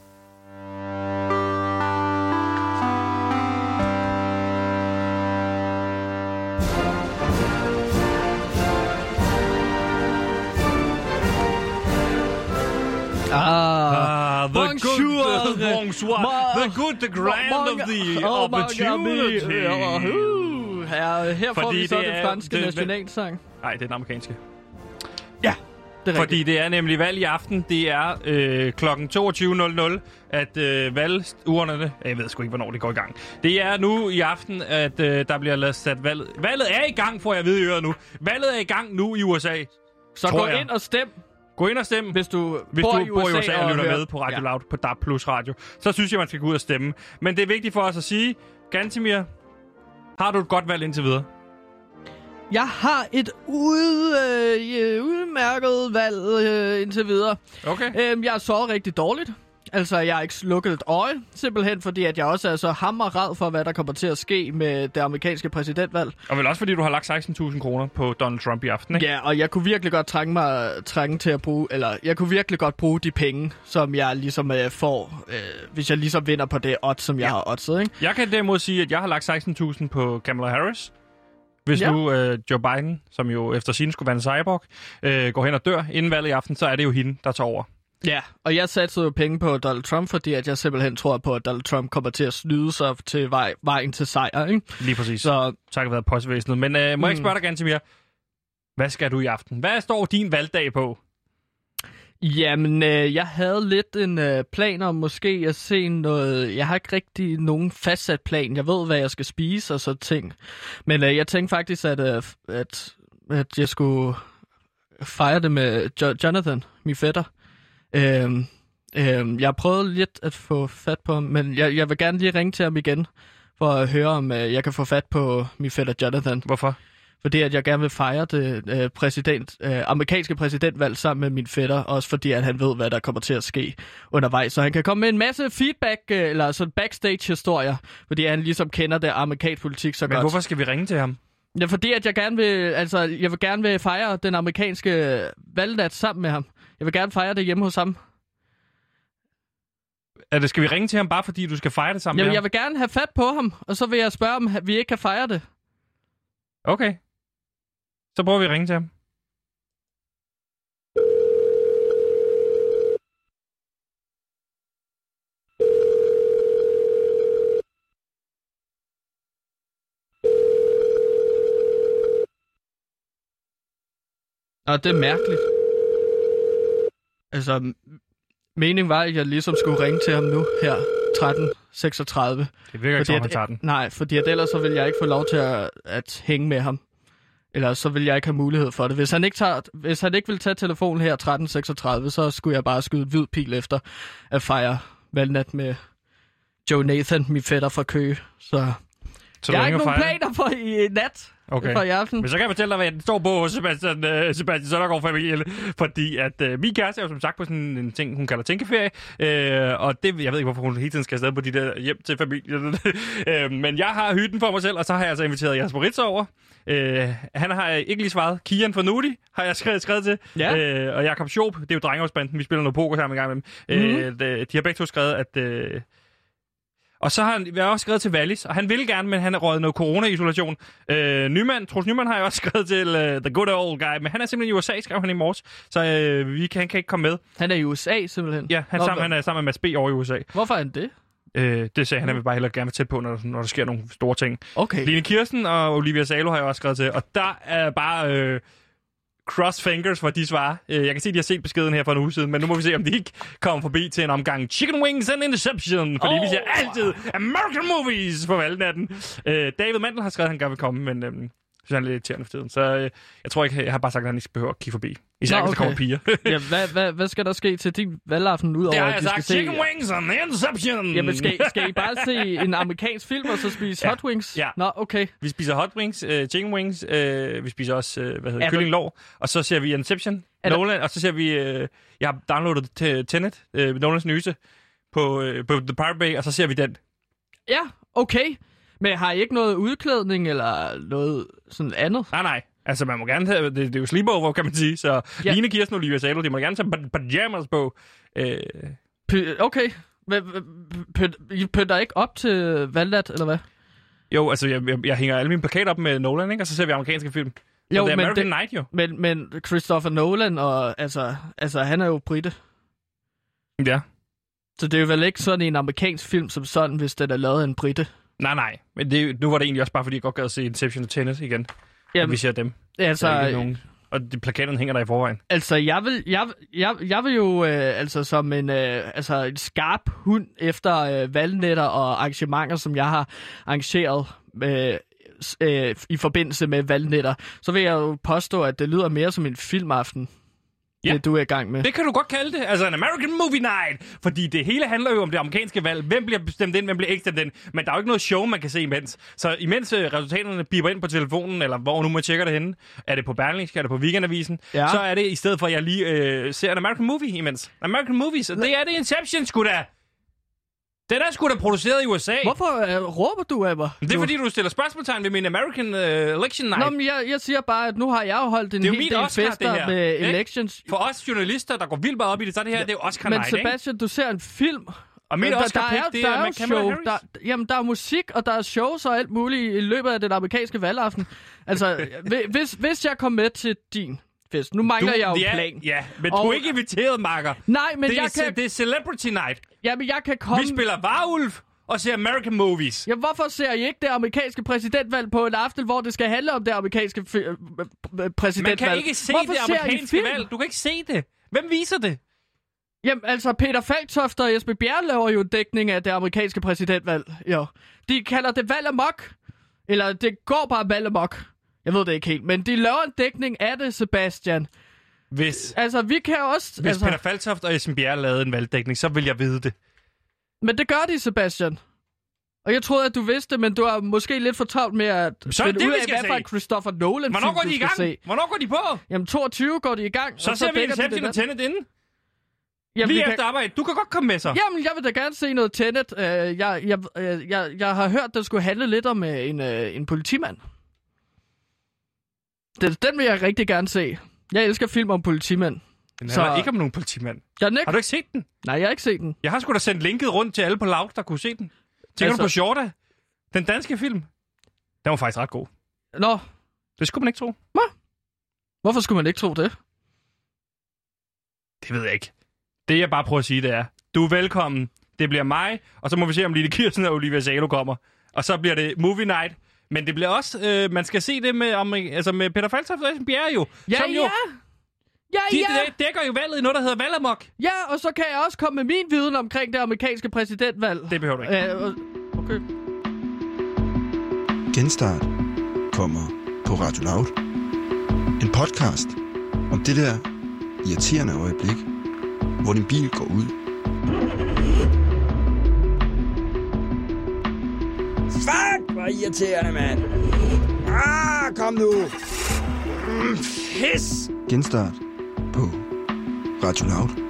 Bonjour, the good, the grand of the opportunity. Her får vi så det franske nationalsang. Nej, det er den amerikanske. Ja, det er fordi det er nemlig valg i aften. Det er klokken 22.00, at valgurnerne... Jeg ved sgu ikke, hvornår det går i gang. Det er nu i aften, at der bliver sat valget. Valget er i gang, får jeg at vide i øret nu. Valget er i gang nu i USA. Så gå ind og stem. Gå ind og stem, hvis du bor i USA og lytter med på Radio Loud på DAB Plus Radio. Så synes jeg, man skal gå ud og stemme. Men det er vigtigt for os at sige, Gantemir, har du et godt valg indtil videre? Jeg har et udmærket valg indtil videre. Okay. Jeg sover rigtig dårligt. Altså, jeg har ikke slukket et øje, simpelthen fordi, at jeg også er så hammerrad for, hvad der kommer til at ske med det amerikanske præsidentvalg. Og vel også fordi, du har lagt 16.000 kroner på Donald Trump i aften, ikke? Ja, og jeg kunne virkelig godt trænge til at bruge, eller jeg kunne virkelig godt bruge de penge, som jeg ligesom får, hvis jeg ligesom vinder på det odds, som jeg har oddset, ikke? Jeg kan derimod sige, at jeg har lagt 16.000 på Kamala Harris. Hvis nu Joe Biden, som jo efter sin skulle være en cyborg, går hen og dør inden valget i aften, så er det jo hende, der tager over. Ja, og jeg satte jo penge på Donald Trump, fordi at jeg simpelthen tror på, at Donald Trump kommer til at snyde sig til vejen til sejr, ikke? Lige præcis. Så tak for været postvæsenet. Men må jeg ikke spørge dig, Gantemir, hvad skal du i aften? Hvad står din valgdag på? Jamen, jeg havde lidt en plan om måske at se noget... Jeg har ikke rigtig nogen fastsat plan. Jeg ved, hvad jeg skal spise og så ting. Men jeg tænkte faktisk, at jeg skulle fejre det med Jonathan, min fætter. Jeg har prøvet lidt at få fat på ham, men jeg vil gerne lige ringe til ham igen, for at høre, om jeg kan få fat på min fætter Jonathan. Hvorfor? Fordi at jeg gerne vil fejre det amerikanske præsidentvalg sammen med min fætter, også fordi at han ved, hvad der kommer til at ske undervejs. Så han kan komme med en masse feedback, eller sådan backstage-historier, fordi han ligesom kender det amerikansk politik så godt. Men hvorfor skal vi ringe til ham? Ja, fordi at jeg vil gerne fejre den amerikanske valgnat sammen med ham. Jeg vil gerne fejre det hjemme hos ham. Skal vi ringe til ham bare fordi du skal fejre det sammen med ham? Jeg vil gerne have fat på ham, og så vil jeg spørge, om vi ikke kan fejre det. Okay. Så prøver vi at ringe til ham. Og det er mærkeligt. Altså, meningen var, at jeg ligesom skulle ringe til ham nu her 13:36. Det virker ikke som, han tager den. Nej, fordi at ellers så vil jeg ikke få lov til at hænge med ham. Eller så vil jeg ikke have mulighed for det. Hvis han ikke vil tage telefonen her 13:36, så skulle jeg bare skyde hvid pil efter at fejre valgnat med Joe Nathan, min fætter fra Køge. Så jeg har ikke nogen planer for i nat. Okay. For i aften. Men så kan jeg fortælle dig, hvad jeg står på hos Sebastian Søndergaard-familien. Fordi at min kæreste er jo som sagt på sådan en ting, hun kalder tænkeferie. Og det, jeg ved ikke, hvorfor hun hele tiden skal afsted på de der hjem til familien. Men jeg har hytten for mig selv, og så har jeg altså inviteret Jasper Ritz over. Han har ikke lige svaret. Kian fra Nudi har jeg skrevet til. Ja. Og Jakob Schoop, det er jo drengeårsbanden. Vi spiller noget poker sammen i gang med dem. De har begge to skrevet, at... Og så har han også skrevet til Wallis, og han vil gerne, men han er røget noget corona-isolation. Troels Nyman har jeg også skrevet til The Good Old Guy, men han er simpelthen i USA, skrev han i morges, så han kan ikke komme med. Han er i USA simpelthen? Ja, han er sammen med Mads B. over i USA. Hvorfor er han det? Det sagde han vil bare hellere gerne tæt på, når der sker nogle store ting. Okay. Line Kirsten og Olivia Salo har jeg også skrevet til, og der er bare... cross fingers, hvor de svarer. Jeg kan se, de har set beskeden her for en uge siden, men nu må vi se, om de ikke kommer forbi til en omgang Chicken Wings and Interception, fordi vi ser altid American movies på valgnatten. David Mandel har skrevet, at han gerne vil komme, men synes han er lidt irriterende for tiden. Så jeg tror ikke, jeg har bare sagt, at han ikke behøver at kigge forbi. Især hvis der kommer piger. Ja, hvad skal der ske til din valgaften, udover at de skal se... Chicken Wings and Interception! Jamen, skal I bare se en amerikansk film, og så spise hot wings? Ja. Nå, okay. Vi spiser hot wings, chicken wings, vi spiser også, kyllinglår, og så ser vi Inception, Nolan, og så ser vi... jeg har downloadet Tenet, Nolans nyse, på The Pirate Bay, og så ser vi den. Ja, okay. Men har I ikke noget udklædning eller noget sådan andet? Nej. Altså, man må gerne tage... Det er jo sleepover, kan man sige. Så Line, Kirsten og Olivia Salo, de må gerne tage pajamas på. Okay. I pynter ikke op til valgnat, eller hvad? Jo, altså, jeg hænger alle mine plakater op med Nolan, ikke? Og så ser vi amerikanske film. Jo, det er American Night, jo. Men Christopher Nolan, og altså, han er jo brite. Ja. Så det er jo vel ikke sådan en amerikansk film som sådan, hvis den er lavet af en brite? Nej. Men nu var det egentlig også bare, fordi jeg godt gad at se Inception og Tenet igen. Jamen, vi ser dem. Altså... Og de plakaterne hænger der i forvejen. Altså, jeg vil jo som en skarp hund efter valgnetter og arrangementer, som jeg har arrangeret i forbindelse med valgnetter, så vil jeg jo påstå, at det lyder mere som en filmaften. Ja. Det du er i gang med. Det kan du godt kalde det. Altså en American Movie Night. Fordi det hele handler jo om det amerikanske valg. Hvem bliver bestemt ind, hvem bliver ikke stemt ind. Men der er jo ikke noget show, man kan se imens. Så imens resultaterne biber ind på telefonen, eller hvor nu man tjekker det henne, er det på Berlingske, er det på Weekendavisen, så er det i stedet for, at jeg lige ser en American Movie imens. American Movies. Det er det Inception, sgu da. Den er sgu da produceret i USA. Hvorfor råber du, Abba? Det er fordi, du stiller spørgsmålstegn ved min American Election Night. Nå, men jeg siger bare, at nu har jeg jo holdt en hel del fester med elections. For os journalister, der går vildt meget op i det, så er det her, det er jo Oscar Night, ikke? Men Sebastian, du ser en film. Og min Oscar-pik, det er show. Der er musik, og der er shows og alt muligt i løbet af den amerikanske valgaften. Altså, hvis jeg kom med til din... Nu mangler jeg jo plan. Ja, men du er ikke inviteret, makker. Nej, men det er Celebrity Night. Ja, men jeg kan komme... Vi spiller Varulv og ser American Movies. Ja, hvorfor ser I ikke det amerikanske præsidentvalg på en aften, hvor det skal handle om det amerikanske præsidentvalg? Man kan ikke se det amerikanske valg. Du kan ikke se det. Hvem viser det? Jamen, altså, Peter Falktoft og Jesper Bjerre laver jo en dækning af det amerikanske præsidentvalg. Jo. De kalder det valg amok. Eller det går bare valg amok. Jeg ved det ikke helt, men de laver en dækning af det, Sebastian. Altså, vi kan også... Hvis Peter Faltoft og Esben Bjerre lavede en valgdækning, så vil jeg vide det. Men det gør de, Sebastian. Og jeg troede, at du vidste, men du er måske lidt for travlt med at finde ud af, hvad for en Christopher Nolan Hvornår går de i gang? Se. Hvornår går de på? Jamen, 22 går de i gang. Så ser vi Inception og Tenet inden. Jamen, lige efter arbejde. Du kan godt komme med så. Jamen, jeg vil da gerne se noget Tenet. Jeg har hørt, det skulle handle lidt om en politimand. Den vil jeg rigtig gerne se. Jeg elsker film om politimænd. Den handler ikke om nogen politimand. Har du ikke set den? Nej, jeg har ikke set den. Jeg har sgu da sendt linket rundt til alle på Loud, der kunne se den. Tænker du på Shorta? Den danske film? Den var faktisk ret god. Nå. Det skulle man ikke tro. Hvad? Hvorfor skulle man ikke tro det? Det ved jeg ikke. Det jeg bare prøver at sige, det er, du er velkommen. Det bliver mig, og så må vi se, om Line Kirsten og Olivia Salo kommer. Og så bliver det movie night. Men det bliver også, man skal se det med Peter Faltoft og Esben Bjerre jo. Ja, som jo, de dækker jo valget i noget, der hedder Valgamok. Ja, og så kan jeg også komme med min viden omkring det amerikanske præsidentvalg. Det behøver du ikke. Okay. Genstart kommer på Radio Loud. En podcast om det der irriterende øjeblik, hvor din bil går ud. Fuck, hvor irriterende, mand. Kom nu. Pis. Genstart på Radio Loud.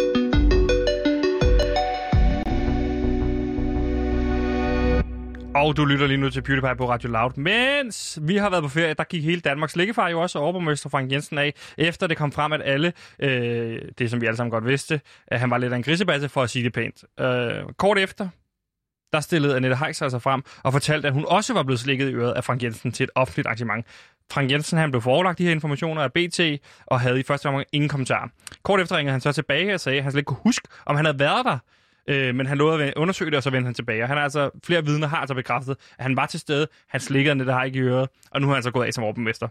Og du lytter lige nu til PewDiePie på Radio Loud. Mens vi har været på ferie, der gik hele Danmarks slikkefar jo også overborgmester Frank Jensen af, efter det kom frem, at alle, det som vi alle sammen godt vidste, at han var lidt af en grisebasse, for at sige det pænt. Kort efter, der stillede Annette Heiser sig frem og fortalte, at hun også var blevet slikket i øret af Frank Jensen til et offentligt arrangement. Frank Jensen, han blev forelagt de her informationer af BT, og havde i første omgang ingen kommentar. Kort efter ringede han så tilbage og sagde, at han slet ikke kunne huske, om han havde været der. Men han lovede at undersøge det, og så vendte han tilbage. Og han er altså, flere vidner har altså bekræftet, at han var til stede. Han slikkede Annette Heiser i øret, og nu har han så gået af som overborgmester.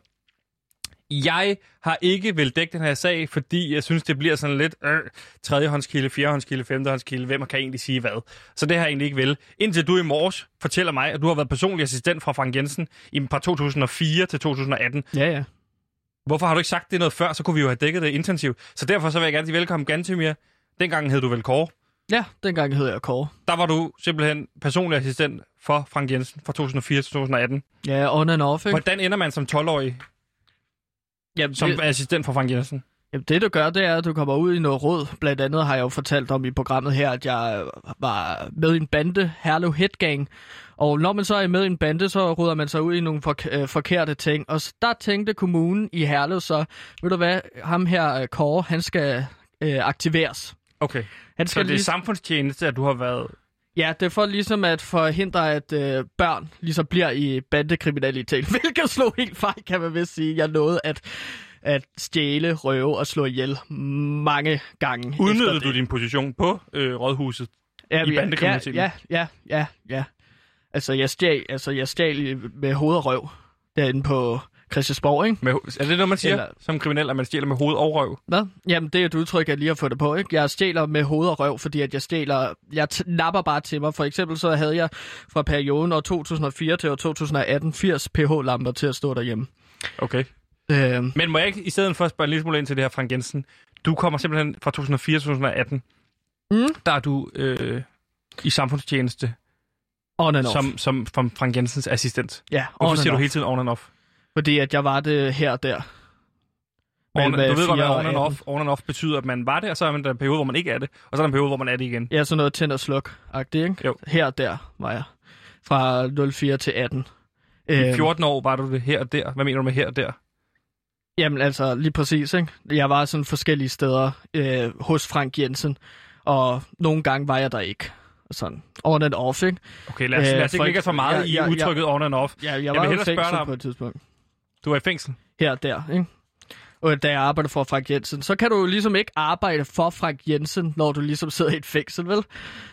Jeg har ikke vel dække den her sag, fordi jeg synes, det bliver sådan lidt tredjehåndskilde, fjerdehåndskilde, femtehåndskilde. Hvem kan egentlig sige hvad? Så det har jeg egentlig ikke vel. Indtil du i morges fortæller mig, at du har været personlig assistent fra Frank Jensen fra 2004 til 2018. Ja. Hvorfor har du ikke sagt det noget før? Så kunne vi jo have dækket det intensivt. Så derfor så vil jeg gerne sige velkommen, Gantemir. Dengang hed du vel Kåre? Ja, dengang hed jeg Kåre. Der var du simpelthen personlig assistent for Frank Jensen fra 2004 til 2018. Ja, on and off, ikke? Hvordan ender man som 12-årig som assistent for Frank Jensen? Jamen, det du gør, det er, at du kommer ud i noget råd. Blandt andet har jeg jo fortalt om i programmet her, at jeg var med i en bande, Herlev Headgang. Og når man så er med i en bande, så ruder man sig ud i nogle forkerte ting. Og der tænkte kommunen i Herlev så, ved du hvad, ham her Kåre, han skal aktiveres. Okay, så det er samfundstjeneste, at du har været... Ja, det er for ligesom at forhindre, at børn ligesom bliver i bandekriminalitet. Hvilket slog helt fejl, kan man vist sige. Jeg nåede at stjæle, røve og slå ihjel mange gange. Udnyttede du din position på rådhuset i bandekriminaliteten? Ja. Altså, jeg stjal med hoved og røv derinde på Christiansborg, ikke? Er det noget, man siger som kriminel, at man stjæler med hoved og røv? Hvad? Jamen, det er et udtryk, jeg lige har fået det på, ikke? Jeg stjæler med hoved og røv, fordi at jeg napper bare til mig. For eksempel så havde jeg fra perioden år 2004 til år 2018 80 pH-lamper til at stå derhjemme. Okay. Men må jeg ikke i stedet for spørge en lille smule ind til det her, Frank Jensen? Du kommer simpelthen fra 2004 til 2018. Der er du i samfundstjeneste. On and off. Som Frank Jensens assistent. Ja, hvorfor siger du hele tiden on and off? Fordi at jeg var det her og der. Du ved godt, hvad on and off betyder, at man var det, og så er man der en periode, hvor man ikke er det, og så er der en periode, hvor man er det igen. Ja, sådan noget tænd og sluk-agtigt, ikke? Jo. Her og der var jeg. Fra 04 til 18. I 14 år var du det her og der. Hvad mener du med her og der? Jamen altså, lige præcis, ikke? Jeg var sådan forskellige steder hos Frank Jensen, og nogle gange var jeg der ikke. Sådan on and off, ikke? Okay, lad os ikke lægge så meget i udtrykket on and off. Ja, jeg var i fængsel på et tidspunkt. Du var i fængsel? Her og der, ikke? Og da jeg arbejder for Frank Jensen, så kan du jo ligesom ikke arbejde for Frank Jensen, når du ligesom sidder i et fængsel, vel?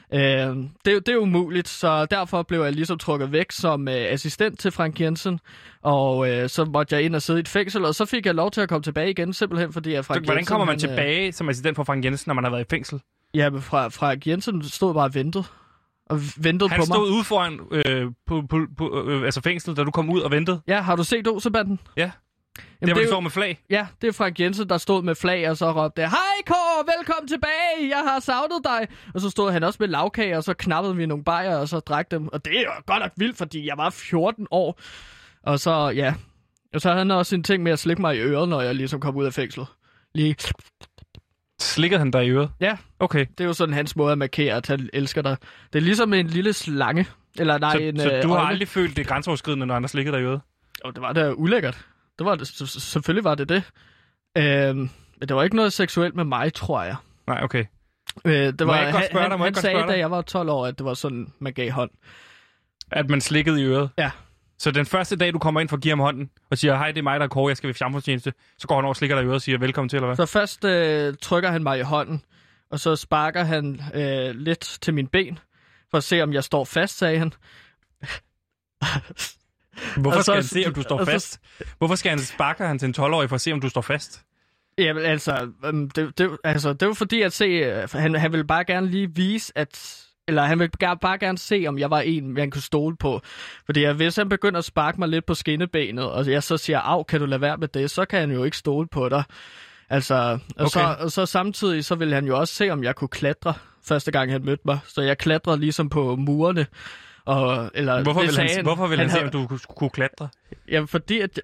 Det er umuligt, så derfor blev jeg ligesom trukket væk som assistent til Frank Jensen, og så måtte jeg ind og sidde i et fængsel, og så fik jeg lov til at komme tilbage igen, simpelthen fordi at Frank Jensen... Hvordan kommer man tilbage som assistent for Frank Jensen, når man har været i fængsel? Ja, men Frank Jensen stod bare og ventede. Og ventede på mig. Han stod ude foran altså fængslet, da du kom ud og ventede? Ja, har du set Olsenbanden? Ja. Jamen, hvor de står med flag? Ja, det er Frank Jensen, der stod med flag, og så råbte, hej Kåre, velkommen tilbage, jeg har savnet dig. Og så stod han også med lavkage, og så knappede vi nogle bajer, og så drak dem. Og det er jo godt nok vildt, fordi jeg var 14 år. Og så, ja. Og så havde han også en ting med at slikke mig i øret, når jeg ligesom kom ud af fængslet. Lige. Slikkede han dig i øret? Ja. Okay. Det er jo sådan hans måde at markere, at han elsker dig. Det er ligesom en lille slange. Eller nej, så du har aldrig følt det grænseoverskridende, når han har slikket dig i øret? Jo, det var da ulækkert. Det var det. Selvfølgelig var det det. Men det var ikke noget seksuelt med mig, tror jeg. Nej, okay. Det var, jeg godt spørge dig? Han sagde, da jeg var 12 år, at det var sådan, man gav hånd. At man slikkede i øret? Ja. Så den første dag, du kommer ind for at give ham hånden, og siger, hej, det er mig, der er Kåre, jeg skal ved fjernbudstjeneste, så går han over og slikker dig i øret og siger, velkommen til, eller hvad? Så først trykker han mig i hånden, og så sparker han lidt til min ben, for at se, om jeg står fast, sagde han. Hvorfor skal han se, om du står fast? Hvorfor skal han sparke han til en 12-årig for at se, om du står fast? Jamen altså, det var fordi at se, han ville bare gerne lige vise, eller han ville bare gerne se, om jeg var en, man kunne stole på. Fordi hvis han begynder at sparke mig lidt på skinnebenet, og jeg så siger, au, kan du lade være med det, så kan han jo ikke stole på dig. Altså, og så samtidig, så ville han jo også se, om jeg kunne klatre, første gang han mødte mig. Så jeg klatrede ligesom på murene. Hvorfor ville han se, om du kunne klatre? Jamen, fordi at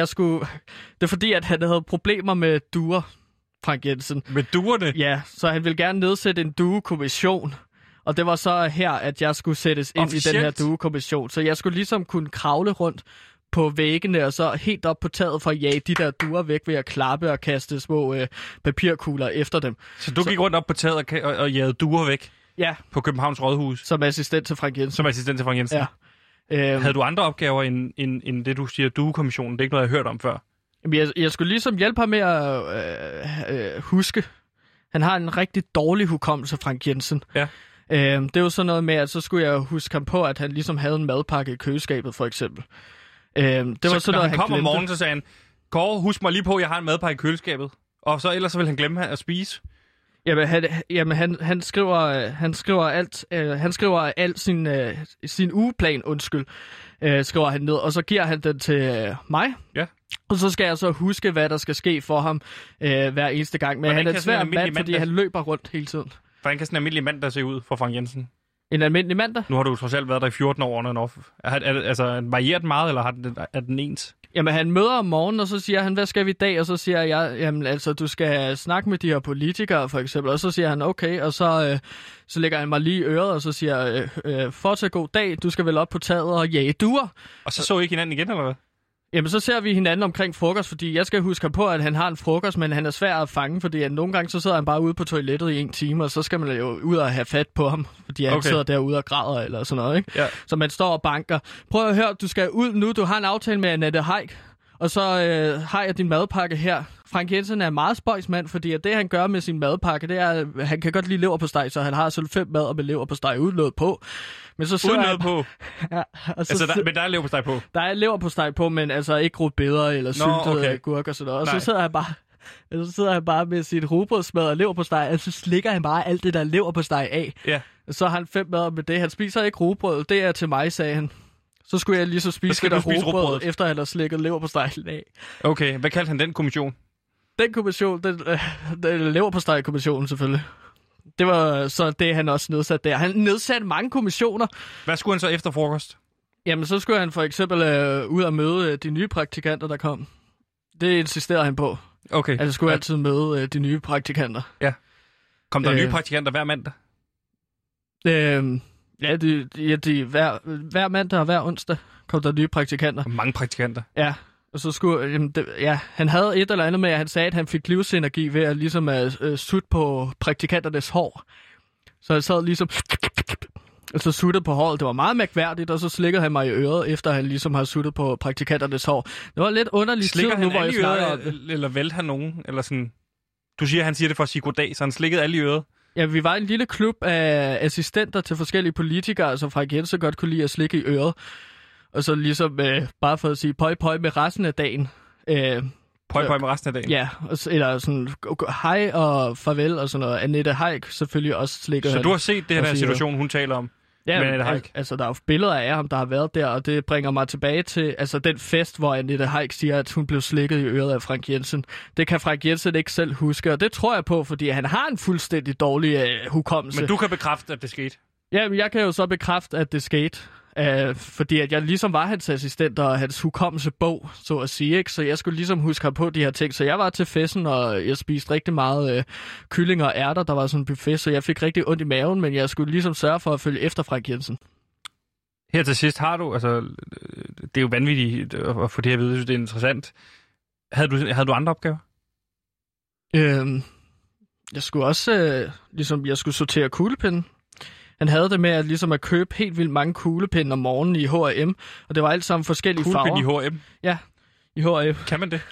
han havde problemer med duer, Frank Jensen. Med duerne? Ja, så han ville gerne nedsætte en duekommission. Og det var så her, at jeg skulle sættes ind i den her duekommission. Så jeg skulle ligesom kunne kravle rundt på væggene, og så helt op på taget for at jage de der duer væk ved at klappe og kaste små papirkugler efter dem. Så du gik rundt op på taget og jagede duer væk? Ja. På Københavns Rådhus? Som assistent til Frank Jensen. Ja. Havde du andre opgaver end det, du siger, duekommissionen? Det er ikke noget, jeg har hørt om før. Jeg skulle ligesom hjælpe ham med at huske. Han har en rigtig dårlig hukommelse, Frank Jensen. Ja. Det er jo sådan noget med, at så skulle jeg huske ham på, at han ligesom havde en madpakke i køleskabet, for eksempel. Det var sådan noget, han kom om morgenen, så sagde han, Kåre, husk mig lige på, at jeg har en madpakke i køleskabet. Og så ellers så vil han glemme at spise. Han skriver alt sin ugeplan, skriver han ned, og så giver han den til mig. Ja. Og så skal jeg så huske, hvad der skal ske for ham hver eneste gang. Men han er en svær mand, fordi han løber rundt hele tiden. Hvordan kan sådan en almindelig mand der se ud for Frank Jensen? En almindelig mandag? Nu har du trods alt været der i 14 år on and off. Varierer den meget, eller er den ens? Jamen, han møder om morgenen, og så siger han, hvad skal vi i dag? Og så siger jeg, jamen altså, du skal snakke med de her politikere, for eksempel. Og så siger han, okay, og så lægger han mig lige i øret, og så siger fortsat god dag, du skal vel op på taget og jage duer. Og så I ikke hinanden igen, eller hvad? Jamen, så ser vi hinanden omkring frokost, fordi jeg skal huske på, at han har en frokost, men han er svær at fange, fordi nogle gange så sidder han bare ude på toilettet i 1 time, og så skal man jo ud og have fat på ham, fordi han sidder derude og græder eller sådan noget, ikke? Ja. Så man står og banker. Prøv at høre, du skal ud nu, du har en aftale med Annette Haik, og så har jeg din madpakke her. Frank Jensen er en meget spøjsmand, fordi at det, han gør med sin madpakke, det er, at han kan godt lide leverpostej, så han har altså 5 madder med leverpostej udenlåd på. Men så uden noget på? Ja. Men der er leverpostej på? Der er leverpostej på, men altså ikke rødbeder eller syltede agurk og sådan noget. Og så sidder han bare med sit rugbrødsmad og leverpostej, og så slikker han bare alt det der leverpostej af. Ja. Og så har han 5 madder med det. Han spiser ikke rugbrød, det er til mig, sagde han. Så skulle jeg lige så spise det der rugbrød, efter han har slikket leverpostejen af. Okay, hvad kaldte han den kommission? Den kommission, den leverpostej-kommissionen selvfølgelig. Det var så det, han også nedsatte der. Han nedsatte mange kommissioner. Hvad skulle han så efter frokost? Jamen, så skulle han for eksempel ud og møde de nye praktikanter, der kom. Det insisterer han på. Okay. Altså, skulle altid møde de nye praktikanter. Ja. Kom der nye praktikanter hver mandag? Hver mandag og hver onsdag kom der nye praktikanter. Mange praktikanter? Ja. Og så skulle, han havde et eller andet med, at han sagde, at han fik livsenergi ved at ligesom sutte på praktikanternes hår. Så han sad ligesom og så suttede på håret. Det var meget mærkværdigt, og så slikkede han mig i øret, efter han ligesom har suttet på praktikanternes hår. Det var lidt underligt tid nu, hvor jeg snakker om det. Eller vælte han nogen? Eller sådan. Du siger, han siger det for at sige goddag, så han slikkede alle i øret? Ja, vi var en lille klub af assistenter til forskellige politikere, som Frank Jensen godt kunne lide at slikke i øret. Og så ligesom bare for at sige pøj pøj med resten af dagen. Pøj med resten af dagen? Ja, eller sådan hej og farvel og sådan noget. Annette Haik selvfølgelig også slikker. Så du har set det her situation, hun taler om? Ja, altså der er jo billeder af ham, der har været der, og det bringer mig tilbage til den fest, hvor Annette Heick siger, at hun blev slikket i øret af Frank Jensen. Det kan Frank Jensen ikke selv huske, og det tror jeg på, fordi han har en fuldstændig dårlig hukommelse. Men du kan bekræfte, at det skete? Ja, men jeg kan jo så bekræfte, at det skete. Fordi at jeg ligesom var hans assistent og hans hukommelsebog, så at sige, ikke? Så jeg skulle ligesom huske ham på de her ting. Så jeg var til festen, og jeg spiste rigtig meget kylling og ærter. Der var sådan en buffet, så jeg fik rigtig ondt i maven, men jeg skulle ligesom sørge for at følge efter Frank Jensen. Her til sidst har du, det er jo vanvittigt at få det her at vide, synes det er interessant. Havde du andre opgaver? Jeg skulle også, jeg skulle sortere kuglepinden. Han havde det med at købe helt vildt mange kuglepinde om morgenen i H&M, og det var alt sammen forskellige farver. Kuglepinde i H&M? Ja, i H&M. Kan man det?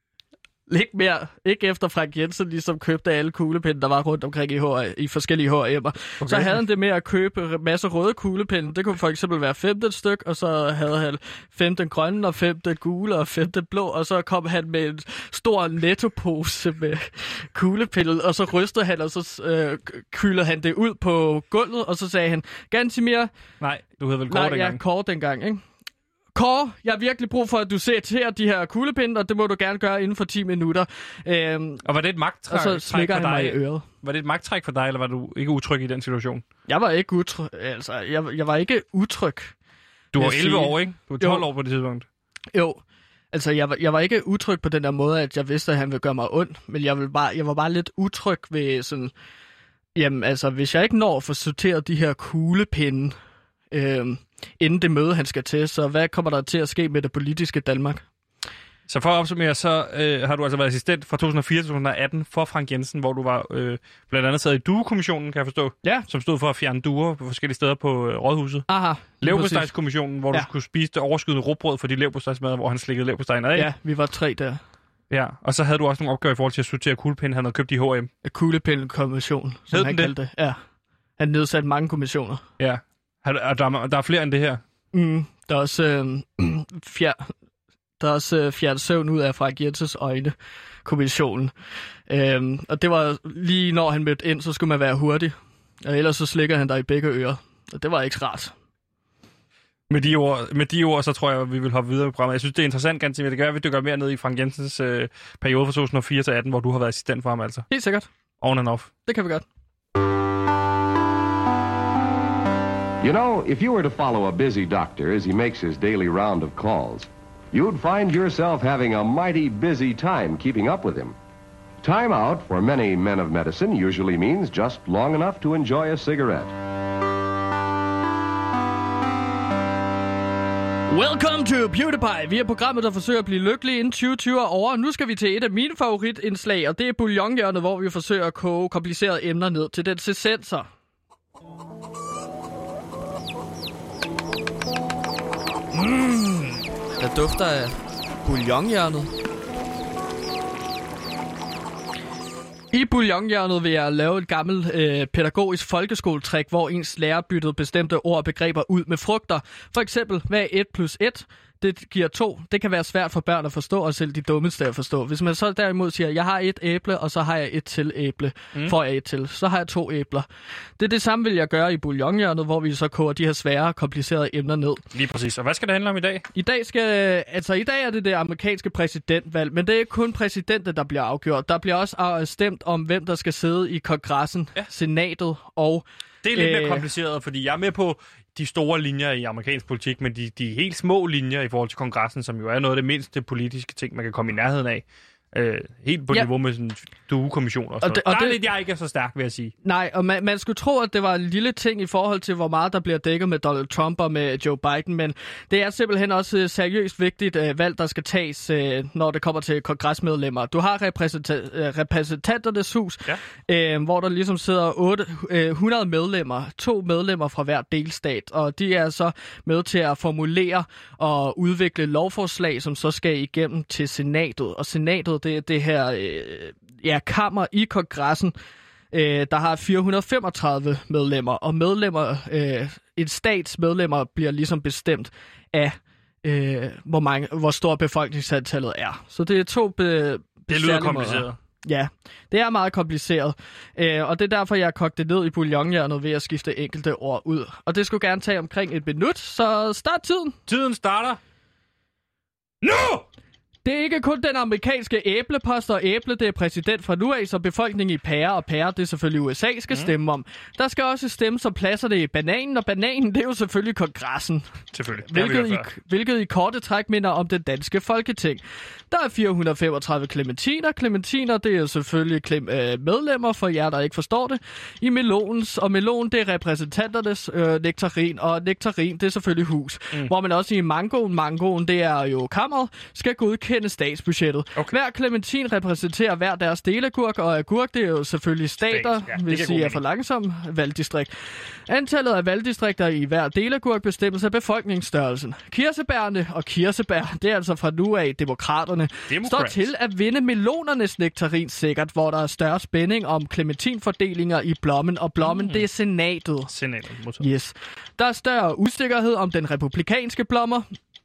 Ikke efter Frank Jensen ligesom købte alle kuglepinde, der var rundt omkring i forskellige H&M'er. Okay. Så havde han det med at købe masse røde kuglepinde. Det kunne for eksempel være 15 styk, og så havde han 15 grønne og 15 gule og 15 blå, og så kom han med en stor nettopose med kuglepinde, og så rystede han, og så kyldede han det ud på gulvet, og så sagde han, Gansimir... Nej, du hed vel Kåre dengang? Nej, ja, Kåre dengang, ikke? Kåre, jeg har virkelig brug for, at du ser de her kuglepinde, og det må du gerne gøre inden for 10 minutter. Og var det et magttræk for dig? Og så smækker han mig i øret. Var det et magttræk for dig, eller var du ikke utryg i den situation? Jeg var ikke utryg. Jeg var ikke utryg. Du var 11 år, ikke? Du var 12 år på det tidspunkt. Jo. Jeg var ikke utryg på den der måde, at jeg vidste, at han ville gøre mig ondt, men jeg var bare lidt utryg ved sådan... Jamen, hvis jeg ikke når at få sorteret de her kuglepinde... inden det møde, han skal til. Så hvad kommer der til at ske med det politiske Danmark? Så for at opsummere, så har du altså været assistent fra 2004 til 2018 for Frank Jensen, hvor du var blandt andet sad i Duekommissionen, kan jeg forstå, som stod for at fjerne duer på forskellige steder på Rådhuset. Aha. Leverpostejskommissionen, hvor du skulle spise det overskydende rugbrød for de leverpostejsmadder, hvor han slikkede leverpostejen af. Ja, vi var 3 der. Ja, og så havde du også nogle opgaver i forhold til at sortere kuglepinde, han havde købt i H&M. Kuglepinde-kommission, som han kaldte det. Ja. Han nedsatte mange kommissioner. Ja. Der er flere end det her. Der er også fjern søvn ud af Frank Jensens øjne, kommissionen. Og det var lige når han mødte ind, så skulle man være hurtig. Og ellers så slikker han dig i begge ører. Og det var ikke rart. Med de ord, så tror jeg, at vi vil hoppe videre i programmet. Jeg synes, det er interessant, Gansimir. Det gør, at vi dykker mere ned i Frank Jensens periode fra 2004 til 18, hvor du har været assistent for ham, altså. Helt sikkert. On and off. Det kan vi godt. You know, if you were to follow a busy doctor as he makes his daily round of calls, you'd find yourself having a mighty busy time keeping up with him. Time out for many men of medicine usually means just long enough to enjoy a cigarette. Welcome to PewDiePie. Vi er programmet, der forsøger at blive lykkelige inden 2020 er over. Nu skal vi til et af mine favoritindslag, og det er bouillonhjørnet, hvor vi forsøger at koge komplicerede emner ned til dens essenser. Der dufter af bouillonhjørnet. I bouillonhjørnet vil jeg lave et gammelt pædagogisk folkeskoletrik, hvor ens lærer byttede bestemte ord og begreber ud med frugter. For eksempel, hvad er 1 plus 1? Det giver 2. Det kan være svært for børn at forstå, og selv de dummeste at forstå. Hvis man så derimod siger, jeg har 1 æble, og så har jeg 1 til æble, får jeg 1 til, så har jeg 2 æbler. Det samme vil jeg gøre i bouillonhjørnet, hvor vi så koger de her svære, komplicerede emner ned. Lige præcis. Og hvad skal det handle om i dag? I dag er det amerikanske præsidentvalg, men det er ikke kun præsidenten, der bliver afgjort. Der bliver også stemt om, hvem der skal sidde i kongressen, senatet og... Det er lidt mere kompliceret, fordi jeg er med på de store linjer i amerikansk politik, men de helt små linjer i forhold til kongressen, som jo er noget af det mindste politiske ting, man kan komme i nærheden af. Helt på niveau med sådan Duekommissioner og sådan noget. Der er lidt, jeg ikke er så stærk, vil jeg sige. Nej, og man skulle tro, at det var en lille ting i forhold til, hvor meget der bliver dækket med Donald Trump og med Joe Biden, men det er simpelthen også seriøst vigtigt valg, der skal tages, når det kommer til kongresmedlemmer. Du har repræsentanternes hus, hvor der ligesom sidder 100 medlemmer, 2 medlemmer fra hver delstat, og de er så med til at formulere og udvikle lovforslag, som så skal igennem til senatet, og senatet det er det her kammer i kongressen, der har 435 medlemmer, og et stats medlemmer bliver ligesom bestemt af, hvor stor befolkningsantallet er. Så det er 2 det lyder kompliceret. Ja, det er meget kompliceret, og det er derfor, jeg har kogt det ned i bouillonhjernet ved at skifte enkelte ord ud. Og det skulle gerne tage omkring 1 minut, så start tiden. Tiden starter nu! Det er ikke kun den amerikanske æblepost og æble, det er præsident fra nu af, så befolkningen i pære og pære, det er selvfølgelig USA, skal stemme om. Der skal også stemme som pladserne i bananen, og bananen, det er jo selvfølgelig kongressen. Selvfølgelig. Hvilket i korte træk minder om det danske folketing. Der er 435 clementiner. Clementiner, det er selvfølgelig medlemmer, for jer, der ikke forstår det. I melonens, og melon, det er repræsentanternes nektarin, og nektarin, det er selvfølgelig hus. Hvor man også i mangoen, det er jo kammeret, skal godkende statsbudgettet. Okay. Hver clementin repræsenterer hver deres delagurk, og agurk, det er jo selvfølgelig stater, hvis I er for langsom, valgdistrikt. Antallet af valgdistrikter i hver delagurk bestemmes af befolkningsstørrelsen. Kirsebærne og kirsebær, det er altså fra nu af demokraterne, står til at vinde melonernes nektarin sikkert, hvor der er større spænding om clementinfordelinger i blommen, og blommen, det er senatet. Yes. Der er større usikkerhed om den republikanske blommer.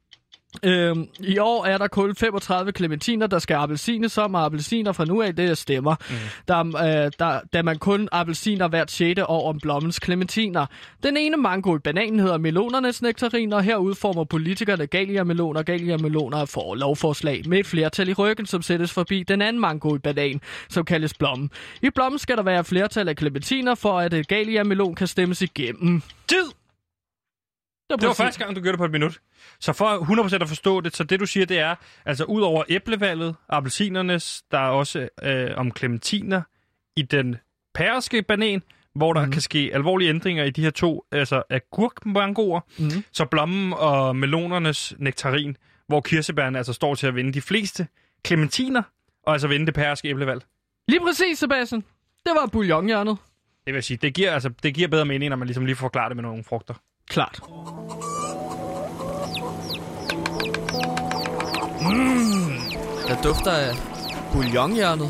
I år er der kun 35 clementiner, der skal appelsines om, og appelsiner fra nu af, det er stemmer. Da man kun appelsiner hvert 6. år om blommens clementiner. Den ene mango i bananen hedder melonernes nektarin, og her udformer politikerne Gallia-meloner. Gallia-meloner får lovforslag med et flertal i ryggen, som sættes forbi den anden mango i banan, som kaldes blommen. I blommen skal der være flertal af clementiner, for at et Gallia-melon kan stemmes igennem. Tid! Det var første gang, du gjorde det på 1 minut. Så for 100% at forstå det, så det du siger, det er, altså ud over æblevalget, appelsinernes, der er også om clementiner i den pæreske banan, hvor der kan ske alvorlige ændringer i de her to, altså agurkmangoer, så blommen og melonernes nektarin, hvor kirsebærne altså står til at vinde de fleste clementiner, og altså vinde det pæreske æblevalg. Lige præcis, Sebastian. Det var bouillonhjernet. Det vil sige, det giver bedre mening, når man ligesom lige forklarer det med nogle frugter. Klart. Der dufter af bouillonhjernet.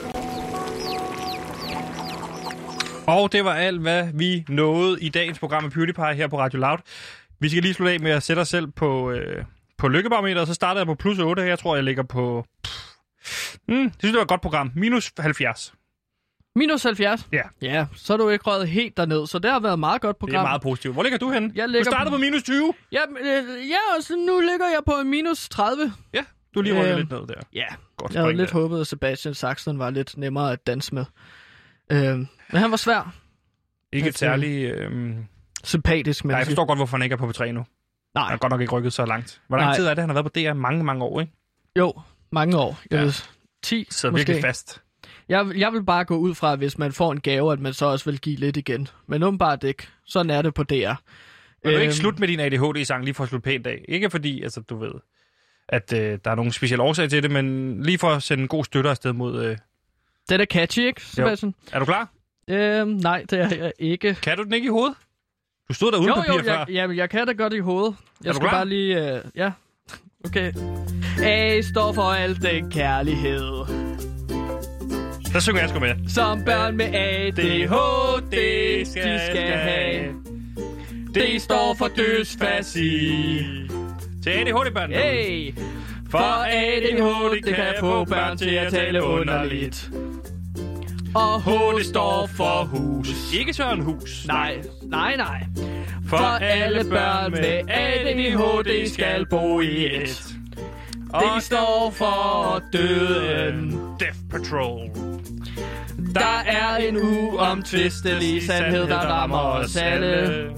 Og det var alt, hvad vi nåede i dagens program med PewDiePie her på Radio Loud. Vi skal lige slutte af med at sætte os selv på lykkebarometeret, så startede jeg på plus 8. Jeg tror, jeg ligger på... det synes jeg var et godt program. Minus 70. Minus 70? Ja. Ja, så er du ikke røget helt derned, så det har været et meget godt program. Det er meget positivt. Hvor ligger du henne? Du startede på minus 20. Ja, og så nu ligger jeg på minus 30. Ja, du lige rykket lidt ned der. Ja, godt jeg havde lidt håbet, at Sebastian Saxton var lidt nemmere at danse med. Men han var svær. Ikke et særligt... sympatisk menneske. Nej, jeg forstår godt, hvorfor han ikke er på P3 nu. Nej. Han har godt nok ikke rykket så langt. Hvor lang tid er det, han har været på DR? Mange, mange år, ikke? Jo, mange år. Jeg ved, 10 så måske. Virkelig fast. Jeg vil bare gå ud fra, at hvis man får en gave, at man så også vil give lidt igen. Men åbenbart ikke. Sådan er det på DR. Vil du ikke slutte med din ADHD-sang lige for at slutte pænt af? Ikke fordi, altså, du ved, at der er nogen speciel årsag til det, men lige for at sende en god støtter afsted mod... Det er catchy, ikke, Sebastian? Jo. Er du klar? Nej, det er jeg ikke. Kan du den ikke i hovedet? Du stod der uden papir før. Jamen, jeg kan det godt i hovedet. Jeg skal bare lige... ja. Okay. A står for al den kærlighed. Der synger jeg sgu med. Som børn med ADHD, de skal have. D står for dysfasi. Til ADHD-børn. Hey! For ADHD, det kan få børn til at tale underligt. Og H, det står for hus. Ikke Søren Hus. Nej. For alle børn med ADHD skal bo i et. Det står for døden. Death Patrol. Der er en uomtvistelig sandhed, der rammer os alle.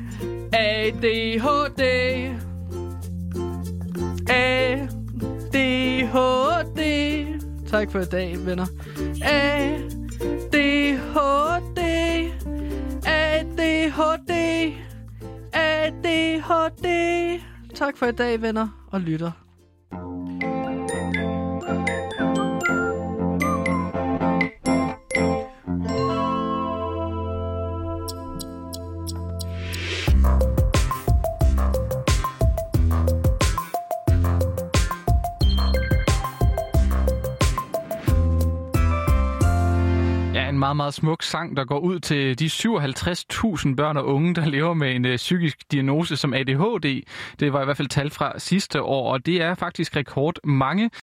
ADHD. ADHD. Tak for i dag, venner. ADHD. ADHD. ADHD. Tak for i dag, venner og lytter. Meget, meget smuk sang, der går ud til de 57.000 børn og unge, der lever med en psykisk diagnose som ADHD. Det var i hvert fald tal fra sidste år, og det er faktisk rekord mange.